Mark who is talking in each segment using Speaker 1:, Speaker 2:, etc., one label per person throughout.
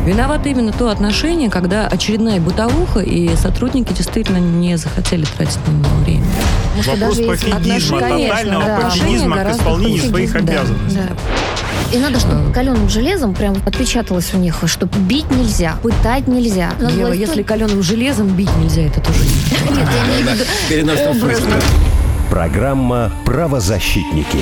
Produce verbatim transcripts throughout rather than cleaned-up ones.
Speaker 1: Виновато именно то отношение, когда очередная бытовуха, и сотрудники действительно не захотели тратить на него время.
Speaker 2: Вопрос пофигизма, тотального да, пофигизма к исполнению своих да, обязанностей.
Speaker 3: Да. И надо, чтобы каленым железом прям отпечаталось у них, что бить нельзя, пытать нельзя.
Speaker 1: Ева, если каленым железом бить нельзя, это тоже нет.
Speaker 3: Нет, я имею в виду образно.
Speaker 4: Программа «Правозащитники».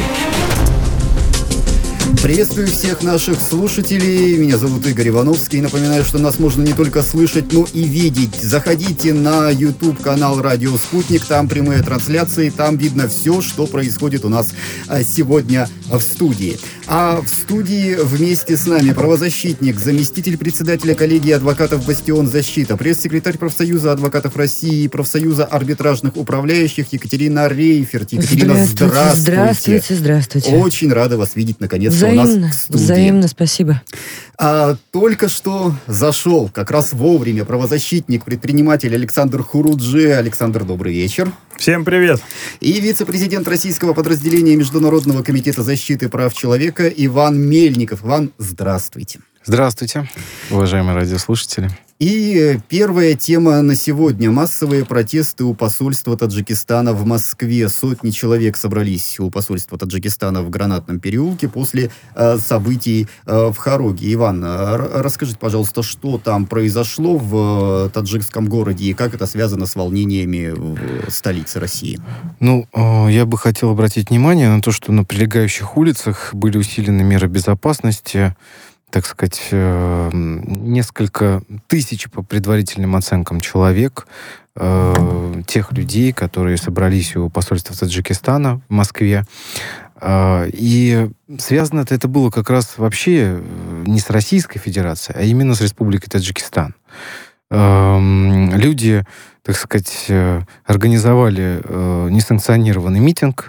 Speaker 5: Приветствую всех наших слушателей. Меня зовут Игорь Ивановский. Напоминаю, что нас можно не только слышать, но и видеть. Заходите на YouTube-канал «Радио Спутник». Там прямые трансляции. Там видно все, что происходит у нас сегодня в студии. А в студии вместе с нами правозащитник, заместитель председателя коллегии адвокатов «Бастион Защита», пресс-секретарь профсоюза адвокатов России и профсоюза арбитражных управляющих Екатерина Рейферт. Екатерина, здравствуйте.
Speaker 1: Здравствуйте, здравствуйте.
Speaker 5: Очень рада вас видеть, наконец-то,
Speaker 1: взаимно,
Speaker 5: у нас в студии.
Speaker 1: Взаимно, спасибо.
Speaker 5: А, только что зашел, как раз вовремя, правозащитник, предприниматель Александр Хуруджи. Александр, добрый вечер.
Speaker 2: Всем привет.
Speaker 5: И вице-президент российского подразделения Международного комитета защиты прав человека Иван Мельников. Иван, здравствуйте.
Speaker 6: Здравствуйте, уважаемые радиослушатели.
Speaker 5: И первая тема на сегодня. Массовые протесты у посольства Таджикистана в Москве. Сотни человек собрались у посольства Таджикистана в Гранатном переулке после э, событий э, в Хароге. Иван, э, расскажите, пожалуйста, что там произошло в э, таджикском городе и как это связано с волнениями в столице России?
Speaker 6: Ну, э, я бы хотел обратить внимание на то, что на прилегающих улицах были усилены меры безопасности. Так сказать, несколько тысяч, по предварительным оценкам, человек, э, тех людей, которые собрались у посольства Таджикистана в Москве. Э, и связано это было как раз вообще не с Российской Федерацией, а именно с Республикой Таджикистан. Э, люди, так сказать, организовали э, несанкционированный митинг,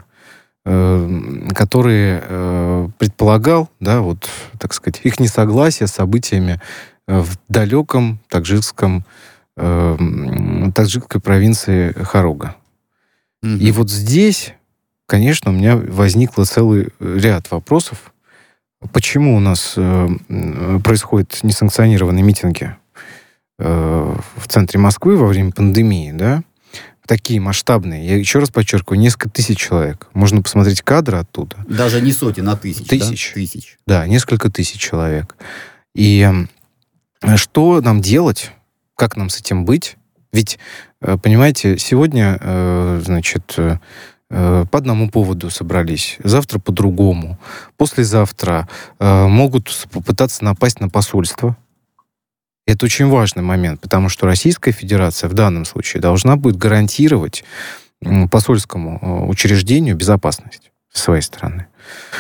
Speaker 6: который э, предполагал, да, вот, так сказать, их несогласие с событиями в далеком таджикском, э, таджикской провинции Харога. Mm-hmm. И вот здесь, конечно, у меня возникло целый ряд вопросов. Почему у нас э, происходят несанкционированные митинги э, в центре Москвы во время пандемии, да? Такие масштабные. Я еще раз подчеркиваю, несколько тысяч человек. Можно посмотреть кадры оттуда.
Speaker 5: Даже не сотен, а тысяч.
Speaker 6: Тысяч.
Speaker 5: Да? Тысяч.
Speaker 6: Да, несколько тысяч человек. И что нам делать? Как нам с этим быть? Ведь, понимаете, сегодня, значит, по одному поводу собрались, завтра по другому. Послезавтра могут попытаться напасть на посольство. Это очень важный момент, потому что Российская Федерация в данном случае должна будет гарантировать посольскому учреждению безопасность с своей стороны.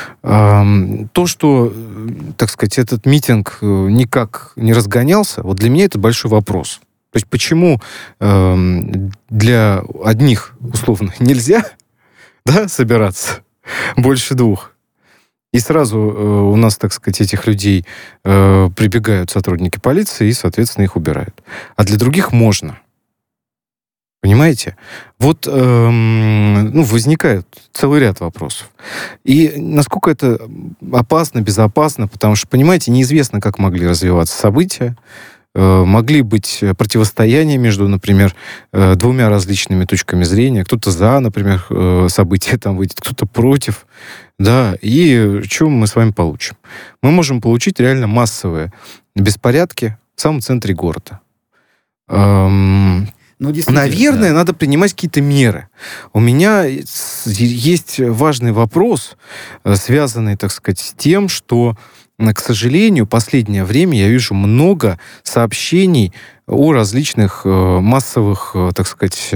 Speaker 6: То, что, так сказать, этот митинг никак не разгонялся, вот для меня это большой вопрос. То есть почему для одних, условно, нельзя, да, собираться больше двух? И сразу э, у нас, так сказать, этих людей э, прибегают сотрудники полиции и, соответственно, их убирают. А для других можно. Понимаете? Вот э, ну, возникает целый ряд вопросов. И насколько это опасно, безопасно, потому что, понимаете, неизвестно, как могли развиваться события. Э, могли быть противостояния между, например, э, двумя различными точками зрения. Кто-то за, например, э, события там выйдет, кто-то против. Да, и что мы с вами получим? Мы можем получить реально массовые беспорядки в самом центре города. Эм, ну, наверное, да. Надо принимать какие-то меры. У меня есть важный вопрос, связанный, так сказать, с тем, что, к сожалению, в последнее время я вижу много сообщений о различных массовых, так сказать,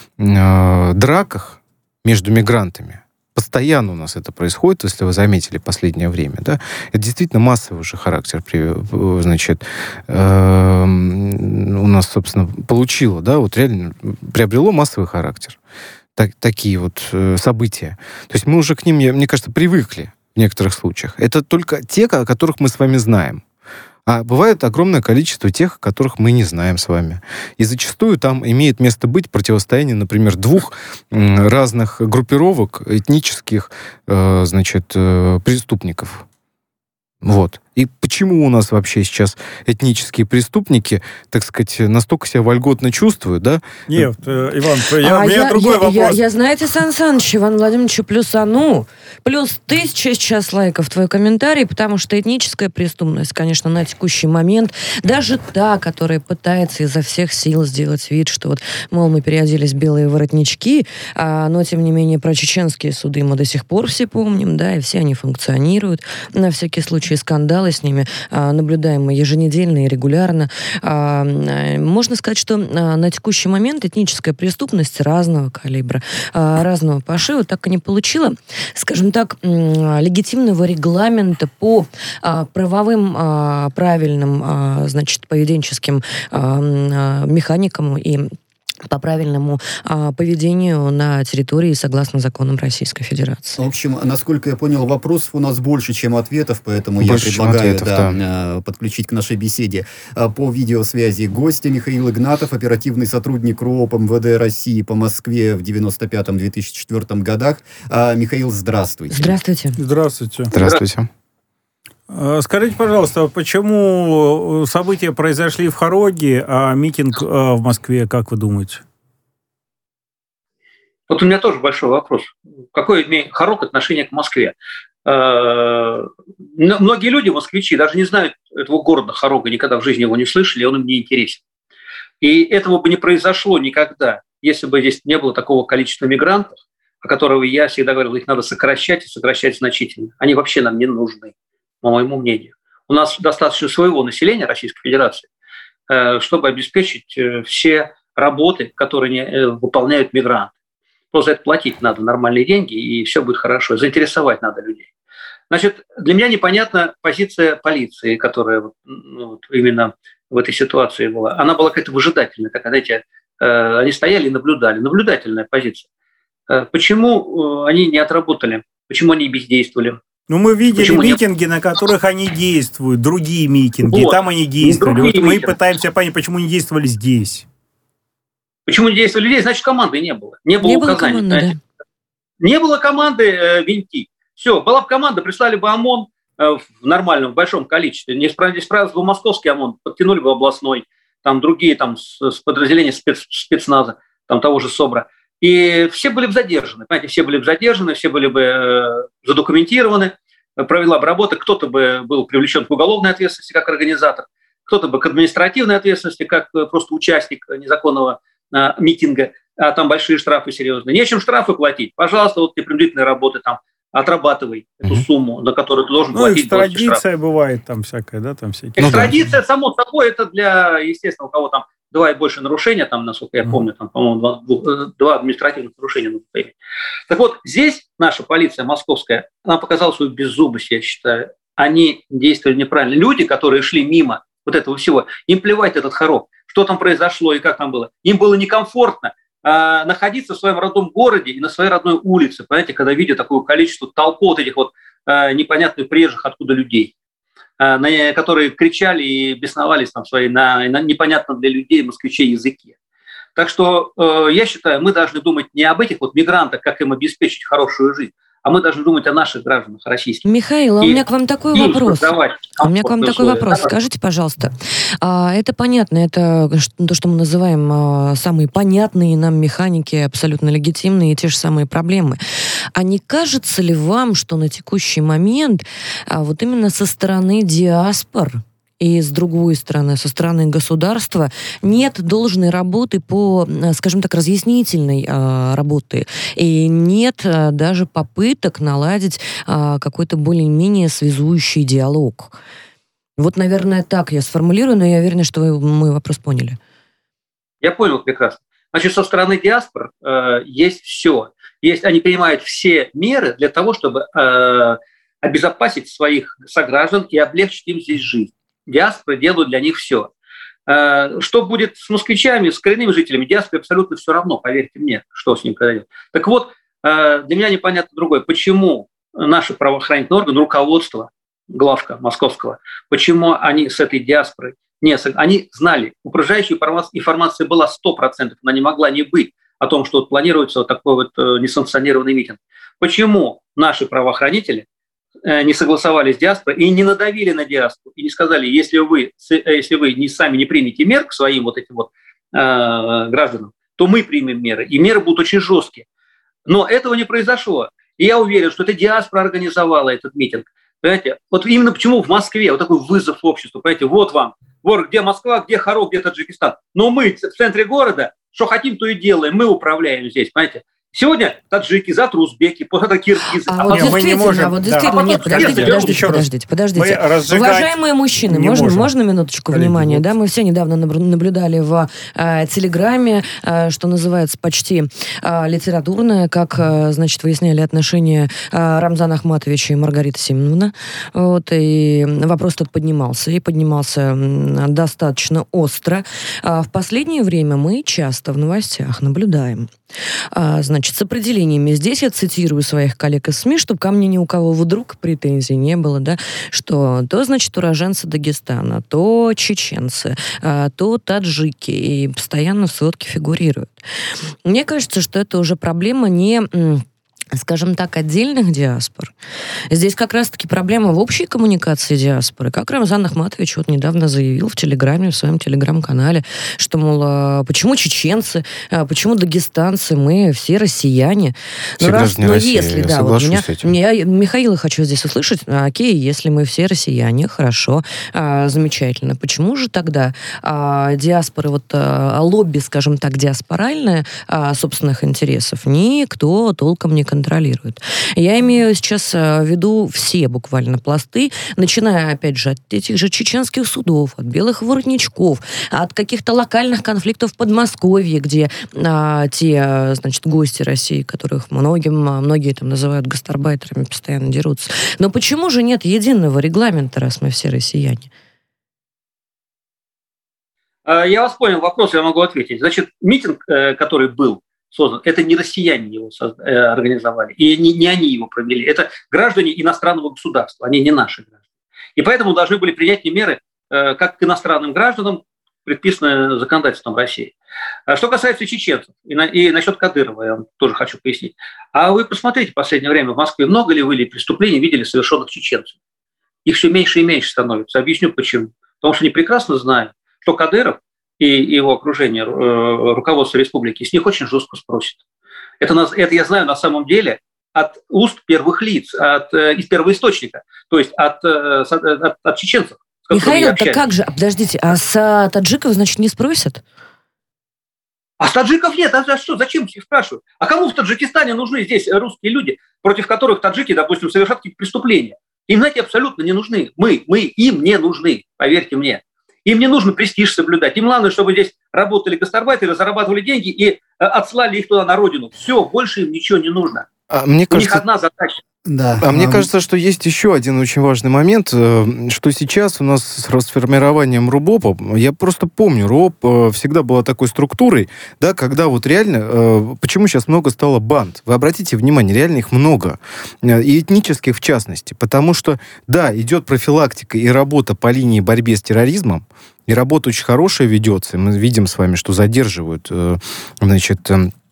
Speaker 6: драках между мигрантами. Постоянно у нас это происходит, если вы заметили последнее время, да, это действительно массовый уже характер, значит, э, у нас, собственно, получило, да, вот реально приобрело массовый характер, так, такие вот э, события. То есть мы уже к ним, мне кажется, привыкли в некоторых случаях. Это только те, о которых мы с вами знаем. А бывает огромное количество тех, которых мы не знаем с вами. И зачастую там имеет место быть противостояние, например, двух разных группировок этнических, значит, преступников. Вот. И почему у нас вообще сейчас этнические преступники, так сказать, настолько себя вольготно чувствуют, да?
Speaker 2: Нет, Иван, я,
Speaker 1: а
Speaker 2: у меня
Speaker 1: я,
Speaker 2: другой
Speaker 1: я,
Speaker 2: вопрос.
Speaker 1: Я, я, знаете, Сан Саныч, Иван Владимирович, плюсану. Плюс тысяча сейчас лайков в твой комментарий, потому что этническая преступность, конечно, на текущий момент, даже та, которая пытается изо всех сил сделать вид, что вот, мол, мы переоделись в белые воротнички, а, но, тем не менее, про чеченские суды мы до сих пор все помним, да, и все они функционируют. На всякий случай скандалы с ними а, наблюдаемы еженедельно и регулярно. А, можно сказать, что а, на текущий момент этническая преступность разного калибра, а, разного пошива так и не получила, скажем так, м, легитимного регламента по а, правовым, а, правильным, а, значит, поведенческим а, а, механикам и по правильному а, поведению на территории согласно законам Российской Федерации.
Speaker 5: В общем, насколько я понял, вопросов у нас больше, чем ответов, поэтому
Speaker 6: больше,
Speaker 5: я предлагаю
Speaker 6: ответов,
Speaker 5: да,
Speaker 6: да.
Speaker 5: подключить к нашей беседе по видеосвязи гостя Михаил Игнатов, оперативный сотрудник РУОП МВД России по Москве в девяносто пятом — две тысячи четвёртом годах. Михаил, здравствуйте.
Speaker 1: Здравствуйте.
Speaker 2: Здравствуйте.
Speaker 6: Здравствуйте.
Speaker 2: Скажите, пожалуйста, почему события произошли в Хароге, а митинг в Москве, как вы думаете?
Speaker 7: Вот у меня тоже большой вопрос. Какое имеет Харог отношение к Москве? Многие люди, москвичи, даже не знают этого города Харога, никогда в жизни его не слышали, он им не интересен. И этого бы не произошло никогда, если бы здесь не было такого количества мигрантов, о которых я всегда говорил, их надо сокращать и сокращать значительно. Они вообще нам не нужны, по моему мнению. У нас достаточно своего населения Российской Федерации, чтобы обеспечить все работы, которые выполняют мигранты. Просто за это платить надо нормальные деньги, и все будет хорошо. Заинтересовать надо людей. Значит, для меня непонятна позиция полиции, которая ну, вот именно в этой ситуации была. Она была какая-то выжидательная, как, знаете, они стояли и наблюдали. Наблюдательная позиция. Почему они не отработали? Почему они бездействовали?
Speaker 2: Ну, мы видели
Speaker 7: Почему
Speaker 2: митинги,
Speaker 7: нет?
Speaker 2: на которых они действуют, другие митинги,
Speaker 7: Вот.
Speaker 2: там они действовали.
Speaker 7: Другие
Speaker 2: Вот мы
Speaker 7: митинги.
Speaker 2: пытаемся понять, почему не действовали здесь.
Speaker 7: Почему не действовали здесь? Значит, команды не было. Не было
Speaker 1: Не было
Speaker 7: указаний.
Speaker 1: команды,
Speaker 7: знаете. Не было команды э, винти. Все, была бы команда, прислали бы ОМОН э, в нормальном, в большом количестве. Не справ- не справился бы московский ОМОН, подтянули бы областной, там другие там, с, с подразделения спец, спецназа, там того же СОБРа. И все были бы задержаны, понимаете, все были бы задержаны, все были бы э, задокументированы, провела бы работа, кто-то бы был привлечен к уголовной ответственности как организатор, кто-то бы к административной ответственности как э, просто участник незаконного э, митинга, а там большие штрафы серьезные. Нечем штрафы платить. Пожалуйста, вот тебе принудительные работы там, отрабатывай эту
Speaker 6: Mm-hmm.
Speaker 7: сумму, на которую ты должен
Speaker 2: Ну,
Speaker 7: платить.
Speaker 2: экстрадиция бывает там всякая, да, там всякие.
Speaker 7: Экстрадиция, ну, само собой, это для, естественно, у кого там два и больше нарушения, там, насколько я помню, там, по-моему, два, два административных нарушения нужно поиметь. Так вот, здесь наша полиция московская, она показала свою беззубость, я считаю. Они действовали неправильно. Люди, которые шли мимо вот этого всего, им плевать этот Харог, что там произошло и как там было. Им было некомфортно а, находиться в своем родном городе и на своей родной улице, понимаете, когда видят такое количество толпу вот этих вот а, непонятных приезжих откуда людей, а, на, которые кричали и бесновались там свои на, на непонятном для людей москвичей языке. Так что э, я считаю, мы должны думать не об этих вот мигрантах, как им обеспечить хорошую жизнь, а мы должны думать о наших гражданах российских.
Speaker 1: Михаил, а у меня к вам такой вопрос. У меня к вам такой вопрос.
Speaker 7: Да?
Speaker 1: Скажите, пожалуйста, это понятно, это то, что мы называем самые понятные нам механики, абсолютно легитимные, те же самые проблемы. А не кажется ли вам, что на текущий момент вот именно со стороны диаспор и с другой стороны, со стороны государства, нет должной работы по, скажем так, разъяснительной э, работы. И нет э, даже попыток наладить э, какой-то более-менее связующий диалог. Вот, наверное, так я сформулирую, но я уверена, что вы мой вопрос поняли.
Speaker 7: Я понял прекрасно. Значит, со стороны диаспор э, есть все. Есть, они принимают все меры для того, чтобы э, обезопасить своих сограждан и облегчить им здесь жизнь. Диаспоры делают для них все. Что будет с москвичами, с коренными жителями, диаспоре абсолютно все равно, поверьте мне, что с ним произойдет. Так вот, для меня непонятно другое. Почему наши правоохранительные органы, руководство, главка московского, почему они с этой диаспорой не... Они знали, упреждающая информация была сто процентов, она не могла не быть о том, что вот планируется вот такой вот несанкционированный митинг. Почему наши правоохранители не согласовали с диаспорой и не надавили на диаспору, и не сказали, если вы, если вы не, сами не примете мер к своим вот этим вот э, гражданам, то мы примем меры, и меры будут очень жесткие. Но этого не произошло. И я уверен, что эта диаспора организовала этот митинг. Понимаете? Вот именно почему в Москве вот такой вызов обществу. Понимаете, вот вам, вот где Москва, где Харов, где Таджикистан. Но мы в центре города, что хотим, то и делаем. Мы управляем здесь, понимаете. Сегодня таджики, завтра узбеки, после этого киргизы.
Speaker 1: А, а вот действительно, не можем, вот действительно, да. нет, подождите, подождите, подождите, подождите. подождите. Уважаемые мужчины, можно, можно минуточку Коллеги, внимания? Да, мы все недавно наблюдали в э, Телеграме, э, что называется, почти э, литературное, как, э, значит, выясняли отношения э, Рамзана Ахматовича и Маргариты Семеновны. Вот, и вопрос тут поднимался, и поднимался э, достаточно остро. А в последнее время мы часто в новостях наблюдаем, э, значит, с определениями. Здесь я цитирую своих коллег из СМИ, чтобы ко мне ни у кого вдруг претензий не было, да, что то, значит, уроженцы Дагестана, то чеченцы, то таджики, и постоянно в сводке фигурируют. Мне кажется, что это уже проблема не... скажем так, отдельных диаспор. Здесь как раз-таки проблема в общей коммуникации диаспоры. Как Рамзан Ахматович вот недавно заявил в Телеграме, в своем Телеграм-канале, что, мол, почему чеченцы, почему дагестанцы, мы все россияне.
Speaker 6: Все
Speaker 1: ну, раз,
Speaker 6: но
Speaker 1: России, если,
Speaker 6: я
Speaker 1: да,
Speaker 6: соглашусь
Speaker 1: вот меня,
Speaker 6: с этим.
Speaker 1: Я Михаила хочу здесь услышать. Окей, если мы все россияне, хорошо, а, замечательно. Почему же тогда а, диаспоры, вот а, лобби, скажем так, диаспоральное а, собственных интересов никто толком не контролирует? контролирует. Я имею сейчас в виду все буквально пласты, начиная, опять же, от этих же чеченских судов, от белых воротничков, от каких-то локальных конфликтов в Подмосковье, где а, те, значит, гости России, которых многим, многие там называют гастарбайтерами, постоянно дерутся. Но почему же нет единого регламента, раз мы все россияне?
Speaker 7: Я вас понял, вопрос я могу ответить. Значит, митинг, который был создан, это не россияне его созда- э, организовали, и не, не они его провели. Это граждане иностранного государства, они не наши граждане. И поэтому должны были принять меры э, как к иностранным гражданам, предписанные законодательством России. А что касается чеченцев, и, на, и насчет Кадырова, я вам тоже хочу пояснить. А вы посмотрите в последнее время в Москве, много ли вы ли преступлений видели совершенных чеченцами? Их все меньше и меньше становится. Объясню почему. Потому что они прекрасно знают, что Кадыров и его окружение, руководство республики, с них очень жестко спросит. Это, это я знаю на самом деле от уст первых лиц, от, из первоисточника, то есть от, от, от чеченцев.
Speaker 1: Михаил, так как же, подождите, а с таджиков, значит, не спросят?
Speaker 7: А с таджиков нет, а что, зачем их спрашивают? А кому в Таджикистане нужны здесь русские люди, против которых таджики, допустим, совершат какие-то преступления? Им, знаете, абсолютно не нужны. Мы, мы им не нужны, поверьте мне. Им не нужно престиж соблюдать. Им главное, чтобы здесь работали гастарбайтеры, зарабатывали деньги и отслали их туда на родину. Все, больше им ничего не нужно.
Speaker 6: А мне кажется...
Speaker 7: У них одна задача.
Speaker 5: Да.
Speaker 6: А мне кажется, что есть еще один очень важный момент, что сейчас у нас с расформированием РУБОПа, я просто помню, РУБОП всегда была такой структурой, да, когда вот реально, почему сейчас много стало банд? Вы обратите внимание, реально их много, и этнических в частности, потому что, да, идет профилактика и работа по линии борьбы с терроризмом, и работа очень хорошая ведется, мы видим с вами, что задерживают, значит,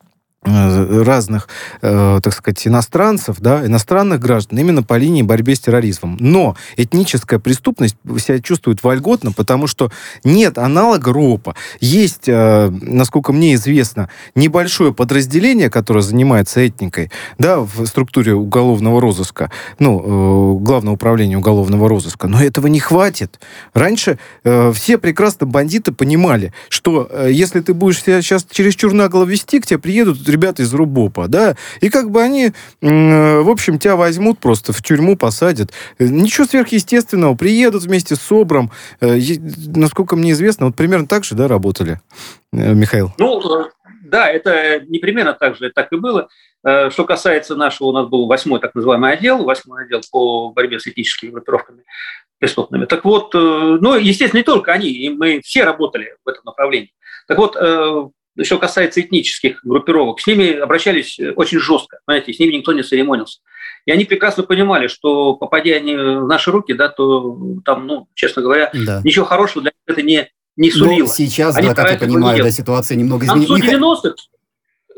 Speaker 6: разных, э, так сказать, иностранцев, да, иностранных граждан именно по линии борьбы с терроризмом. Но этническая преступность себя чувствует вольготно, потому что нет аналога РУОПа. Есть, э, насколько мне известно, небольшое подразделение, которое занимается этникой, да, в структуре уголовного розыска, ну, э, Главного управления уголовного розыска, но этого не хватит. Раньше э, все прекрасно бандиты понимали, что э, если ты будешь себя сейчас чересчур нагло вести, к тебе приедут ребята из РУБОПа, да, и как бы они, в общем, тебя возьмут просто в тюрьму, посадят. Ничего сверхъестественного, приедут вместе с СОБРом. Насколько мне известно, вот примерно так же, да, работали, Михаил?
Speaker 7: Ну, да, это не примерно так же, так и было. Что касается нашего, у нас был восьмой так называемый отдел, восьмой отдел по борьбе с этническими группировками преступными. Так вот, ну, естественно, не только они, и мы все работали в этом направлении. Так вот, что касается этнических группировок, с ними обращались очень жестко, знаете, с ними никто не церемонился. И они прекрасно понимали, что, попадя они в наши руки, да, то там, ну, честно говоря, да. ничего хорошего для них это не, не сулило.
Speaker 5: Но сейчас,
Speaker 7: они
Speaker 5: да, как я понимаю, да, ситуация немного изменилась.
Speaker 7: К концу девяностых,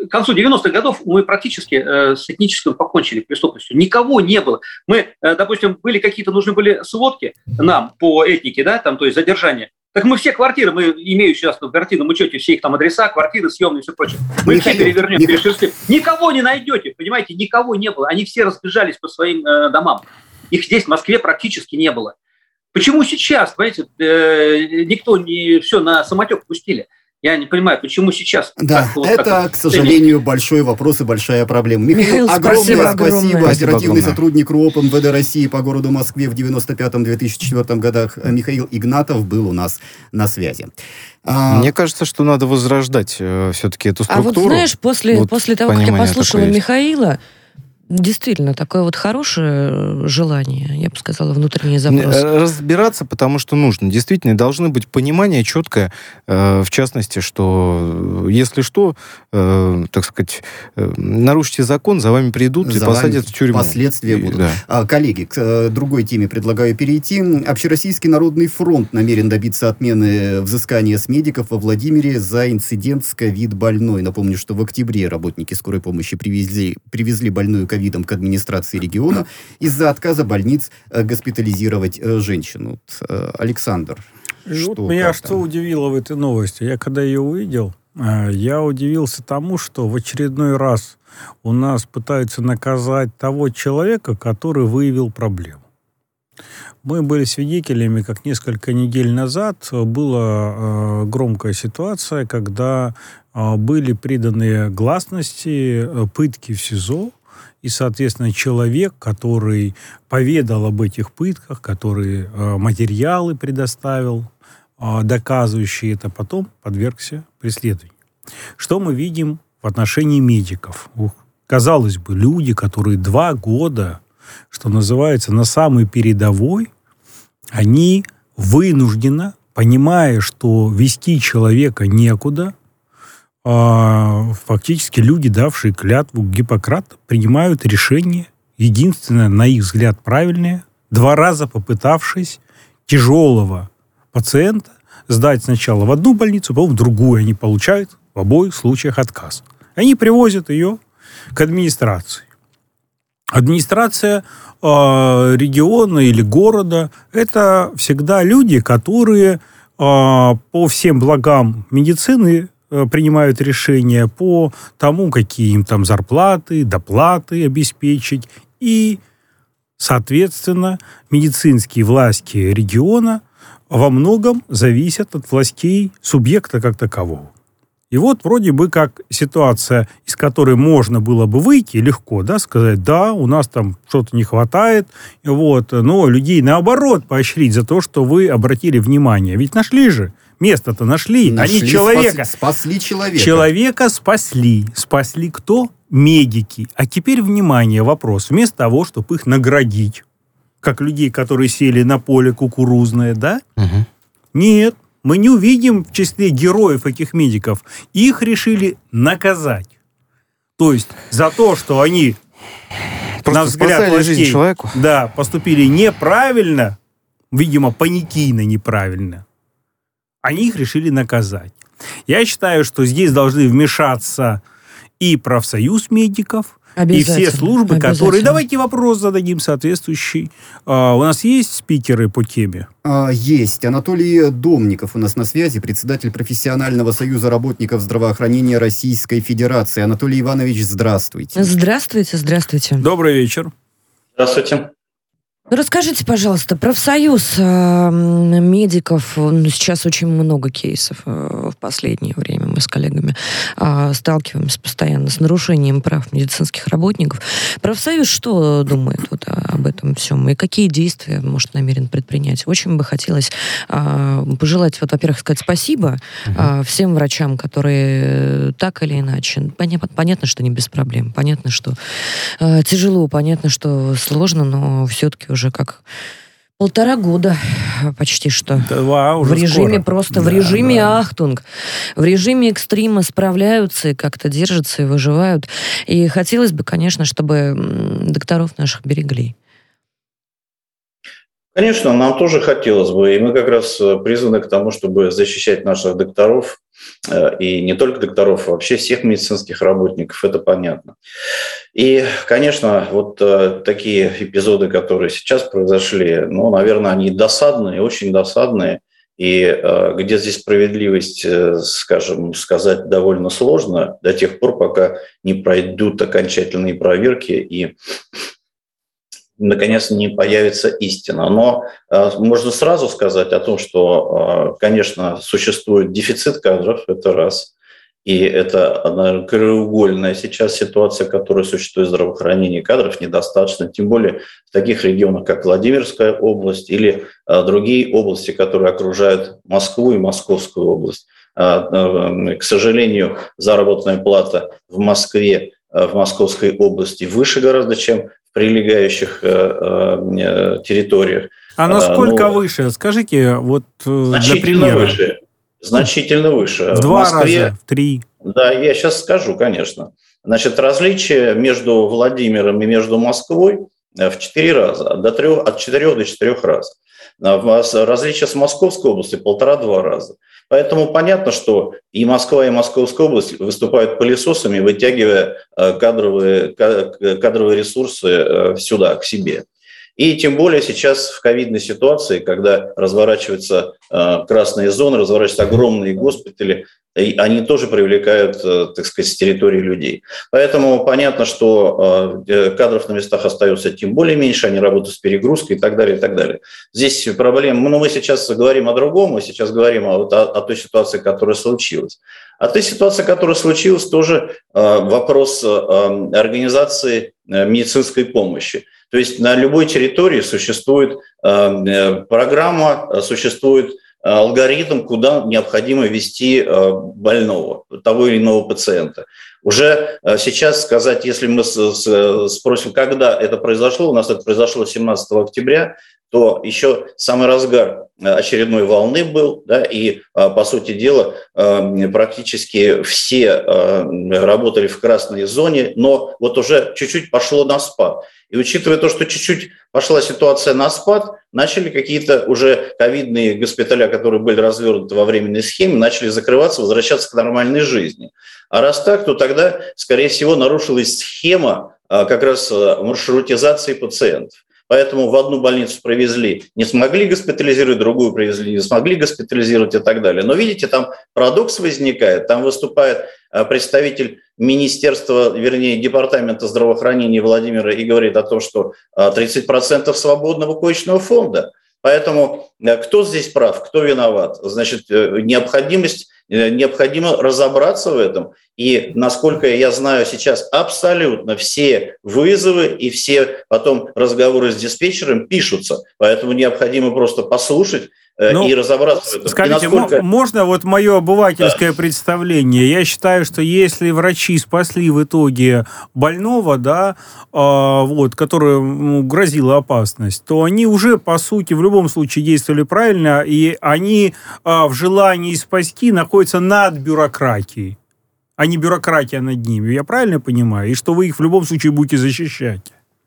Speaker 7: к концу девяностых годов мы практически э, с этническим покончили преступностью. Никого не было. Мы, э, допустим, были какие-то, нужны были сводки нам по этнике, да, там, то есть задержание. Так мы все квартиры, мы имею сейчас в квартирном учете все их там адреса, квартиры, съемные и все прочее. Мы Михаил, все перевернем, Михаил. перешерстим. Никого не найдете, понимаете, никого не было. Они все разбежались по своим э, домам. Их здесь, в Москве, практически не было. Почему сейчас, понимаете, э, никто не все на самотек пустили? Я не понимаю, почему сейчас...
Speaker 5: Да,
Speaker 7: вот,
Speaker 5: это,
Speaker 7: как,
Speaker 5: к сожалению, большой вопрос и большая проблема. Михаил,
Speaker 1: Михаил
Speaker 5: огромное
Speaker 1: спасибо.
Speaker 5: спасибо.
Speaker 1: Огромное.
Speaker 5: Оперативный
Speaker 6: огромное.
Speaker 5: сотрудник РУОП МВД России по городу Москве в девяносто пятом — две тысячи четвёртом годах Михаил Игнатов был у нас на связи. А...
Speaker 6: Мне кажется, что надо возрождать э, все-таки эту структуру.
Speaker 1: А вот знаешь, после,
Speaker 6: Вот
Speaker 1: после того, как я
Speaker 6: понимание
Speaker 1: послушала
Speaker 6: такое есть.
Speaker 1: Михаила, действительно, такое вот хорошее желание, я бы сказала, внутренний запрос.
Speaker 6: Разбираться, потому что нужно. Действительно, должны быть понимание четкое, э, в частности, что если что, э, так сказать, э, нарушите закон, за вами придут
Speaker 5: За
Speaker 6: и посадят
Speaker 5: вами
Speaker 6: в тюрьму.
Speaker 5: Последствия будут.
Speaker 6: Да.
Speaker 5: А, коллеги, к э, другой теме предлагаю перейти. Общероссийский народный фронт намерен добиться отмены взыскания с медиков во Владимире за инцидент с ковид-больной. Напомню, что в октябре работники скорой помощи привезли, привезли больную ковидом к администрации региона из-за отказа больниц э, госпитализировать э, женщину. Вот, э, Александр,
Speaker 2: И
Speaker 5: что
Speaker 2: вот меня
Speaker 5: как
Speaker 2: что
Speaker 5: там?
Speaker 2: удивило в этой новости. Я когда ее увидел, э, я удивился тому, что в очередной раз у нас пытаются наказать того человека, который выявил проблему. Мы были свидетелями, как несколько недель назад была э, громкая ситуация, когда э, были приданы гласности э, пытки в СИЗО, и, соответственно, человек, который поведал об этих пытках, который э, материалы предоставил, э, доказывающие это, потом подвергся преследованию. Что мы видим в отношении медиков? Казалось бы, люди, которые два года, что называется, на самой передовой, они вынуждены, понимая, что вести человека некуда, фактически люди, давшие клятву Гиппократа, принимают решение, единственное, на их взгляд, правильное, два раза попытавшись тяжелого пациента сдать сначала в одну больницу, потом в другую. Они получают в обоих случаях отказ. Они привозят ее к администрации. Администрация э, региона или города – это всегда люди, которые э, по всем благам медицины принимают решения по тому, какие им там зарплаты, доплаты обеспечить. И, соответственно, медицинские власти региона во многом зависят от властей субъекта как такового. И вот вроде бы как ситуация, из которой можно было бы выйти легко, да, сказать, да, у нас там что-то не хватает, вот, но людей наоборот поощрить за то, что вы обратили внимание. Ведь нашли же. Место-то нашли,
Speaker 5: Нашли,
Speaker 2: они человека...
Speaker 5: Спас, спасли человека.
Speaker 2: Человека спасли. Спасли кто? Медики. А теперь, внимание, вопрос. Вместо того, чтобы их наградить, как людей, которые сели на поле кукурузное, да?
Speaker 6: Угу. Нет,
Speaker 2: мы не увидим в числе героев этих медиков. Их решили наказать. То есть за то, что они,
Speaker 6: просто
Speaker 2: на взгляд
Speaker 6: спасали
Speaker 2: властей,
Speaker 6: жизнь человеку.
Speaker 2: Да, поступили неправильно, видимо, паникийно неправильно, они их решили наказать. Я считаю, что здесь должны вмешаться и профсоюз медиков, и все службы, которые... Давайте вопрос зададим соответствующий. А, у нас есть спикеры по теме?
Speaker 5: А, есть. Анатолий Домников у нас на связи, председатель профессионального союза работников здравоохранения Российской Федерации. Анатолий Иванович, здравствуйте.
Speaker 1: Здравствуйте, здравствуйте.
Speaker 2: Добрый вечер.
Speaker 8: Здравствуйте.
Speaker 1: Расскажите, пожалуйста, профсоюз э, медиков, ну, сейчас очень много кейсов э, в последнее время, мы с коллегами э, сталкиваемся постоянно с нарушением прав медицинских работников. Профсоюз что думает вот об этом всем и какие действия может намерен предпринять? Очень бы хотелось э, пожелать, вот, во-первых, сказать спасибо э, всем врачам, которые так или иначе, понятно, понятно, что не без проблем, понятно, что э, тяжело, понятно, что сложно, но все-таки уже как полтора года почти что.
Speaker 2: Два, уже
Speaker 1: в режиме
Speaker 2: скоро.
Speaker 1: просто,
Speaker 2: Да,
Speaker 1: в режиме
Speaker 2: да.
Speaker 1: ахтунг, в режиме экстрима справляются и как-то держатся и выживают. И хотелось бы, конечно, чтобы докторов наших берегли.
Speaker 8: Конечно, нам тоже хотелось бы, и мы как раз призваны к тому, чтобы защищать наших докторов, и не только докторов, а вообще всех медицинских работников, это понятно. И, конечно, вот такие эпизоды, которые сейчас произошли, ну, наверное, они досадные, очень досадные, и где здесь справедливость, скажем, сказать довольно сложно до тех пор, пока не пройдут окончательные проверки и наконец не появится истина. Но э, можно сразу сказать о том, что, э, конечно, существует дефицит кадров, это раз. И это, наверное, краеугольная сейчас ситуация, которая существует в здравоохранении. Кадров недостаточно, тем более в таких регионах, как Владимирская область или э, другие области, которые окружают Москву и Московскую область. Э, э, к сожалению, заработная плата в Москве, э, в Московской области выше гораздо, чем прилегающих э, э, территориях.
Speaker 2: А насколько ну, выше? Скажите, вот для примера.
Speaker 8: Выше. Значительно выше.
Speaker 2: В, в два Москве, раза, в три.
Speaker 8: Да, я сейчас скажу, конечно. Значит, различие между Владимиром и между Москвой в четыре раза, до трех, от четырех до четырех раз. Различие с Московской областью полтора-два раза. Поэтому понятно, что и Москва, и Московская область выступают пылесосами, вытягивая кадровые, кадровые ресурсы сюда, к себе. И тем более сейчас в ковидной ситуации, когда разворачиваются красные зоны, разворачиваются огромные госпитали, и они тоже привлекают, так сказать, с территории людей. Поэтому понятно, что кадров на местах остается тем более меньше, они работают с перегрузкой и так далее, и так далее. Здесь проблема, но мы сейчас говорим о другом, мы сейчас говорим о, о, о той ситуации, которая случилась. А той ситуации, которая случилась, тоже вопрос организации медицинской помощи. То есть на любой территории существует программа, существует алгоритм, куда необходимо ввести больного, того или иного пациента. Уже сейчас сказать, если мы спросим, когда это произошло, у нас это произошло семнадцатого октября, то еще самый разгар очередной волны был, да, и, по сути дела, практически все работали в красной зоне, но вот уже чуть-чуть пошло на спад. И учитывая то, что чуть-чуть пошла ситуация на спад, начали какие-то уже ковидные госпиталя, которые были развернуты во временной схеме, начали закрываться, возвращаться к нормальной жизни. А раз так, то тогда, скорее всего, нарушилась схема как раз маршрутизации пациентов. Поэтому в одну больницу привезли, не смогли госпитализировать, другую привезли, не смогли госпитализировать и так далее. Но видите, там парадокс возникает, там выступает представитель министерства, вернее, департамента здравоохранения Владимира и говорит о том, что тридцать процентов свободного коечного фонда. Поэтому кто здесь прав, кто виноват? Значит, необходимость, необходимо разобраться в этом. И, насколько я знаю сейчас, абсолютно все вызовы и все потом разговоры с диспетчером пишутся. Поэтому необходимо просто послушать, ну, и разобраться в этом.
Speaker 2: Скажите, насколько... можно вот мое обывательское да. представление? Я считаю, что если врачи спасли в итоге больного, да, э, вот, которому грозила опасность, то они уже, по сути, в любом случае действовали правильно, и они э, в желании спасти находятся над бюрократией, а не бюрократия над ними. Я правильно понимаю? И что вы их в любом случае будете защищать?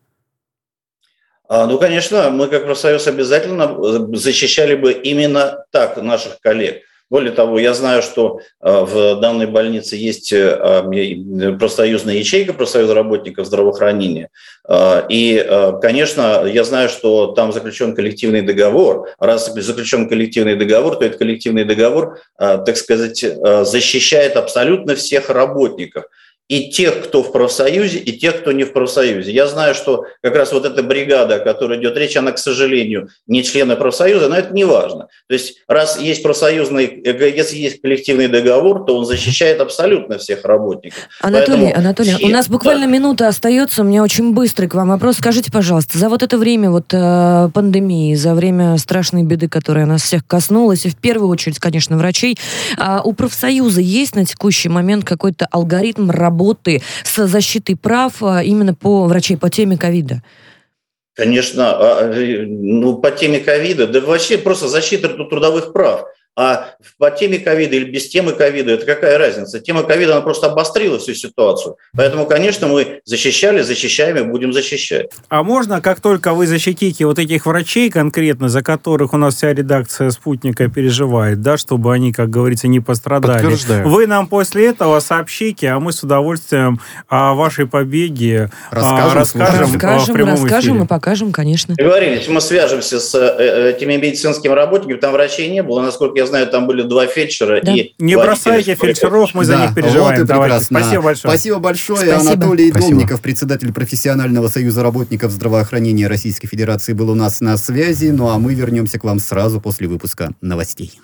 Speaker 8: Ну, конечно, мы как профсоюз обязательно защищали бы именно так наших коллег. Более того, я знаю, что в данной больнице есть профсоюзная ячейка, профсоюз работников здравоохранения. И, конечно, я знаю, что там заключен коллективный договор. Раз заключен коллективный договор, то этот коллективный договор, так сказать, защищает абсолютно всех работников. И тех, кто в профсоюзе, и тех, кто не в профсоюзе. Я знаю, что как раз вот эта бригада, о которой идет речь, она, к сожалению, не члены профсоюза, но это не важно. То есть раз есть профсоюзный, если есть коллективный договор, то он защищает абсолютно всех работников.
Speaker 1: Анатолий, Поэтому Анатолий, все, у нас буквально да. минута остается, у меня очень быстрый к вам вопрос. Скажите, пожалуйста, за вот это время вот, э, пандемии, за время страшной беды, которая нас всех коснулась, и в первую очередь, конечно, врачей, э, у профсоюза есть на текущий момент какой-то алгоритм работы работы с защитой прав именно по врачей, по теме ковида?
Speaker 8: Конечно, ну, по теме ковида, да вообще просто защита трудовых прав. А по теме ковида или без темы ковида, это какая разница? Тема ковида, она просто обострила всю ситуацию. Поэтому, конечно, мы защищали, защищаем и будем защищать.
Speaker 2: А можно, как только вы защитите вот этих врачей конкретно, за которых у нас вся редакция «Спутника» переживает, да, чтобы они, как говорится, не пострадали,
Speaker 6: Подтверждаю.
Speaker 2: вы нам после этого сообщите, а мы с удовольствием о вашей побеге
Speaker 5: Расскажем,
Speaker 2: расскажем,
Speaker 1: Расскажем,
Speaker 2: в прямом
Speaker 1: расскажем
Speaker 2: эфире.
Speaker 1: и покажем, конечно.
Speaker 8: Договорились, мы свяжемся с этими медицинскими работниками, там врачей не было, насколько я знаю, там были два фельдшера.
Speaker 1: Да.
Speaker 8: И
Speaker 2: Не
Speaker 8: два
Speaker 2: бросайте фельдшеров, мы за
Speaker 5: Да,
Speaker 2: них переживаем.
Speaker 5: вот и
Speaker 2: Давайте.
Speaker 5: прекрасно.
Speaker 2: Спасибо большое.
Speaker 5: Спасибо большое.
Speaker 1: Спасибо.
Speaker 5: Анатолий
Speaker 6: Спасибо.
Speaker 5: Домников, председатель профессионального союза работников здравоохранения Российской Федерации, был у нас на связи. Ну а мы вернемся к вам сразу после выпуска новостей.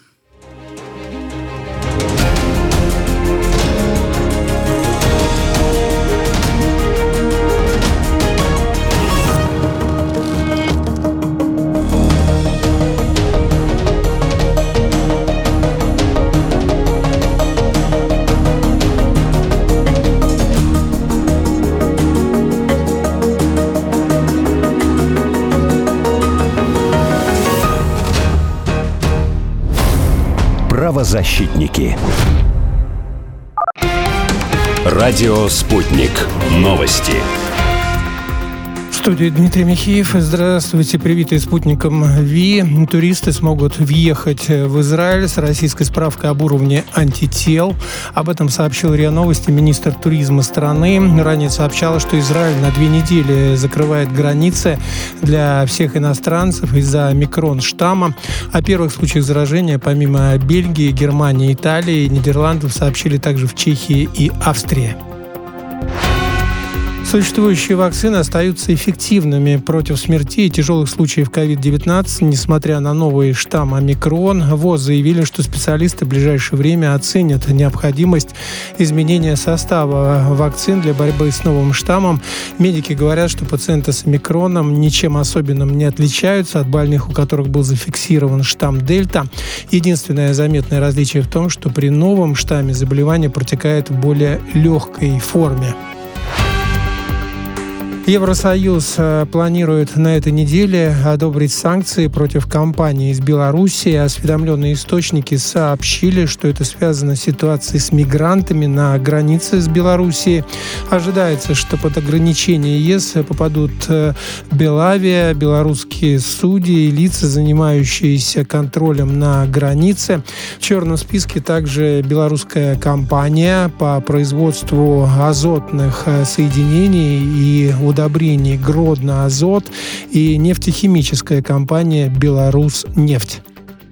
Speaker 4: Правозащитники. Радио «Спутник». Новости.
Speaker 9: В студии Дмитрий Михеев. Здравствуйте, привитые спутником ВИ. Туристы смогут въехать в Израиль с российской справкой об уровне антител. Об этом сообщил РИА Новости министр туризма страны. Ранее сообщала, что Израиль на две недели закрывает границы для всех иностранцев из-за омикрон-штамма. О первых случаях заражения, помимо Бельгии, Германии, Италии и Нидерландов, сообщили также в Чехии и Австрии. Существующие вакцины остаются эффективными против смертей и тяжелых случаев ковид девятнадцать, несмотря на новый штамм омикрон. ВОЗ заявили, что специалисты в ближайшее время оценят необходимость изменения состава вакцин для борьбы с новым штаммом. Медики говорят, что пациенты с омикроном ничем особенным не отличаются от больных, у которых был зафиксирован штамм дельта. Единственное заметное различие в том, что при новом штамме заболевание протекает в более легкой форме. Евросоюз планирует на этой неделе одобрить санкции против компаний из Беларуси. Осведомленные источники сообщили, что это связано с ситуацией с мигрантами на границе с Белоруссией. Ожидается, что под ограничения ЕС попадут Белавия, белорусские судьи и лица, занимающиеся контролем на границе. В черном списке также белорусская компания по производству азотных соединений и удобрений Гродно-Азот и нефтехимическая компания «Беларусьнефть».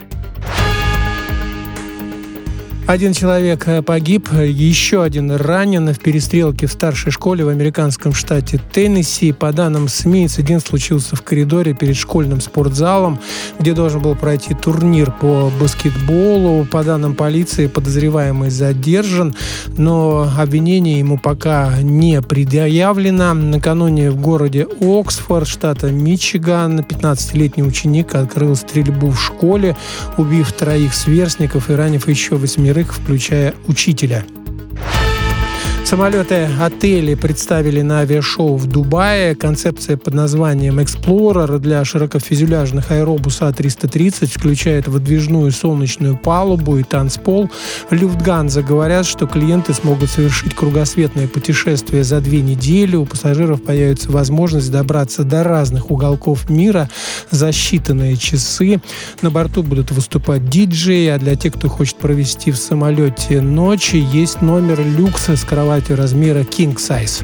Speaker 9: Один человек погиб, еще один ранен в перестрелке в старшей школе в американском штате Теннесси. По данным СМИ, инцидент случился в коридоре перед школьным спортзалом, где должен был пройти турнир по баскетболу. По данным полиции, подозреваемый задержан, но обвинение ему пока не предъявлено. Накануне в городе Оксфорд, штата Мичиган, пятнадцатилетний ученик открыл стрельбу в школе, убив троих сверстников и ранив еще восьмерых, включая учителя. Самолеты отели представили на авиашоу в Дубае. Концепция под названием Explorer для широкофюзеляжных аэробуса А триста тридцать включает выдвижную солнечную палубу и танцпол. Люфтганза говорят, что клиенты смогут совершить кругосветное путешествие за две недели. У пассажиров появится возможность добраться до разных уголков мира за считанные часы. На борту будут выступать диджеи, а для тех, кто хочет провести в самолете ночь, есть номер люкса с кроватью размера King Size.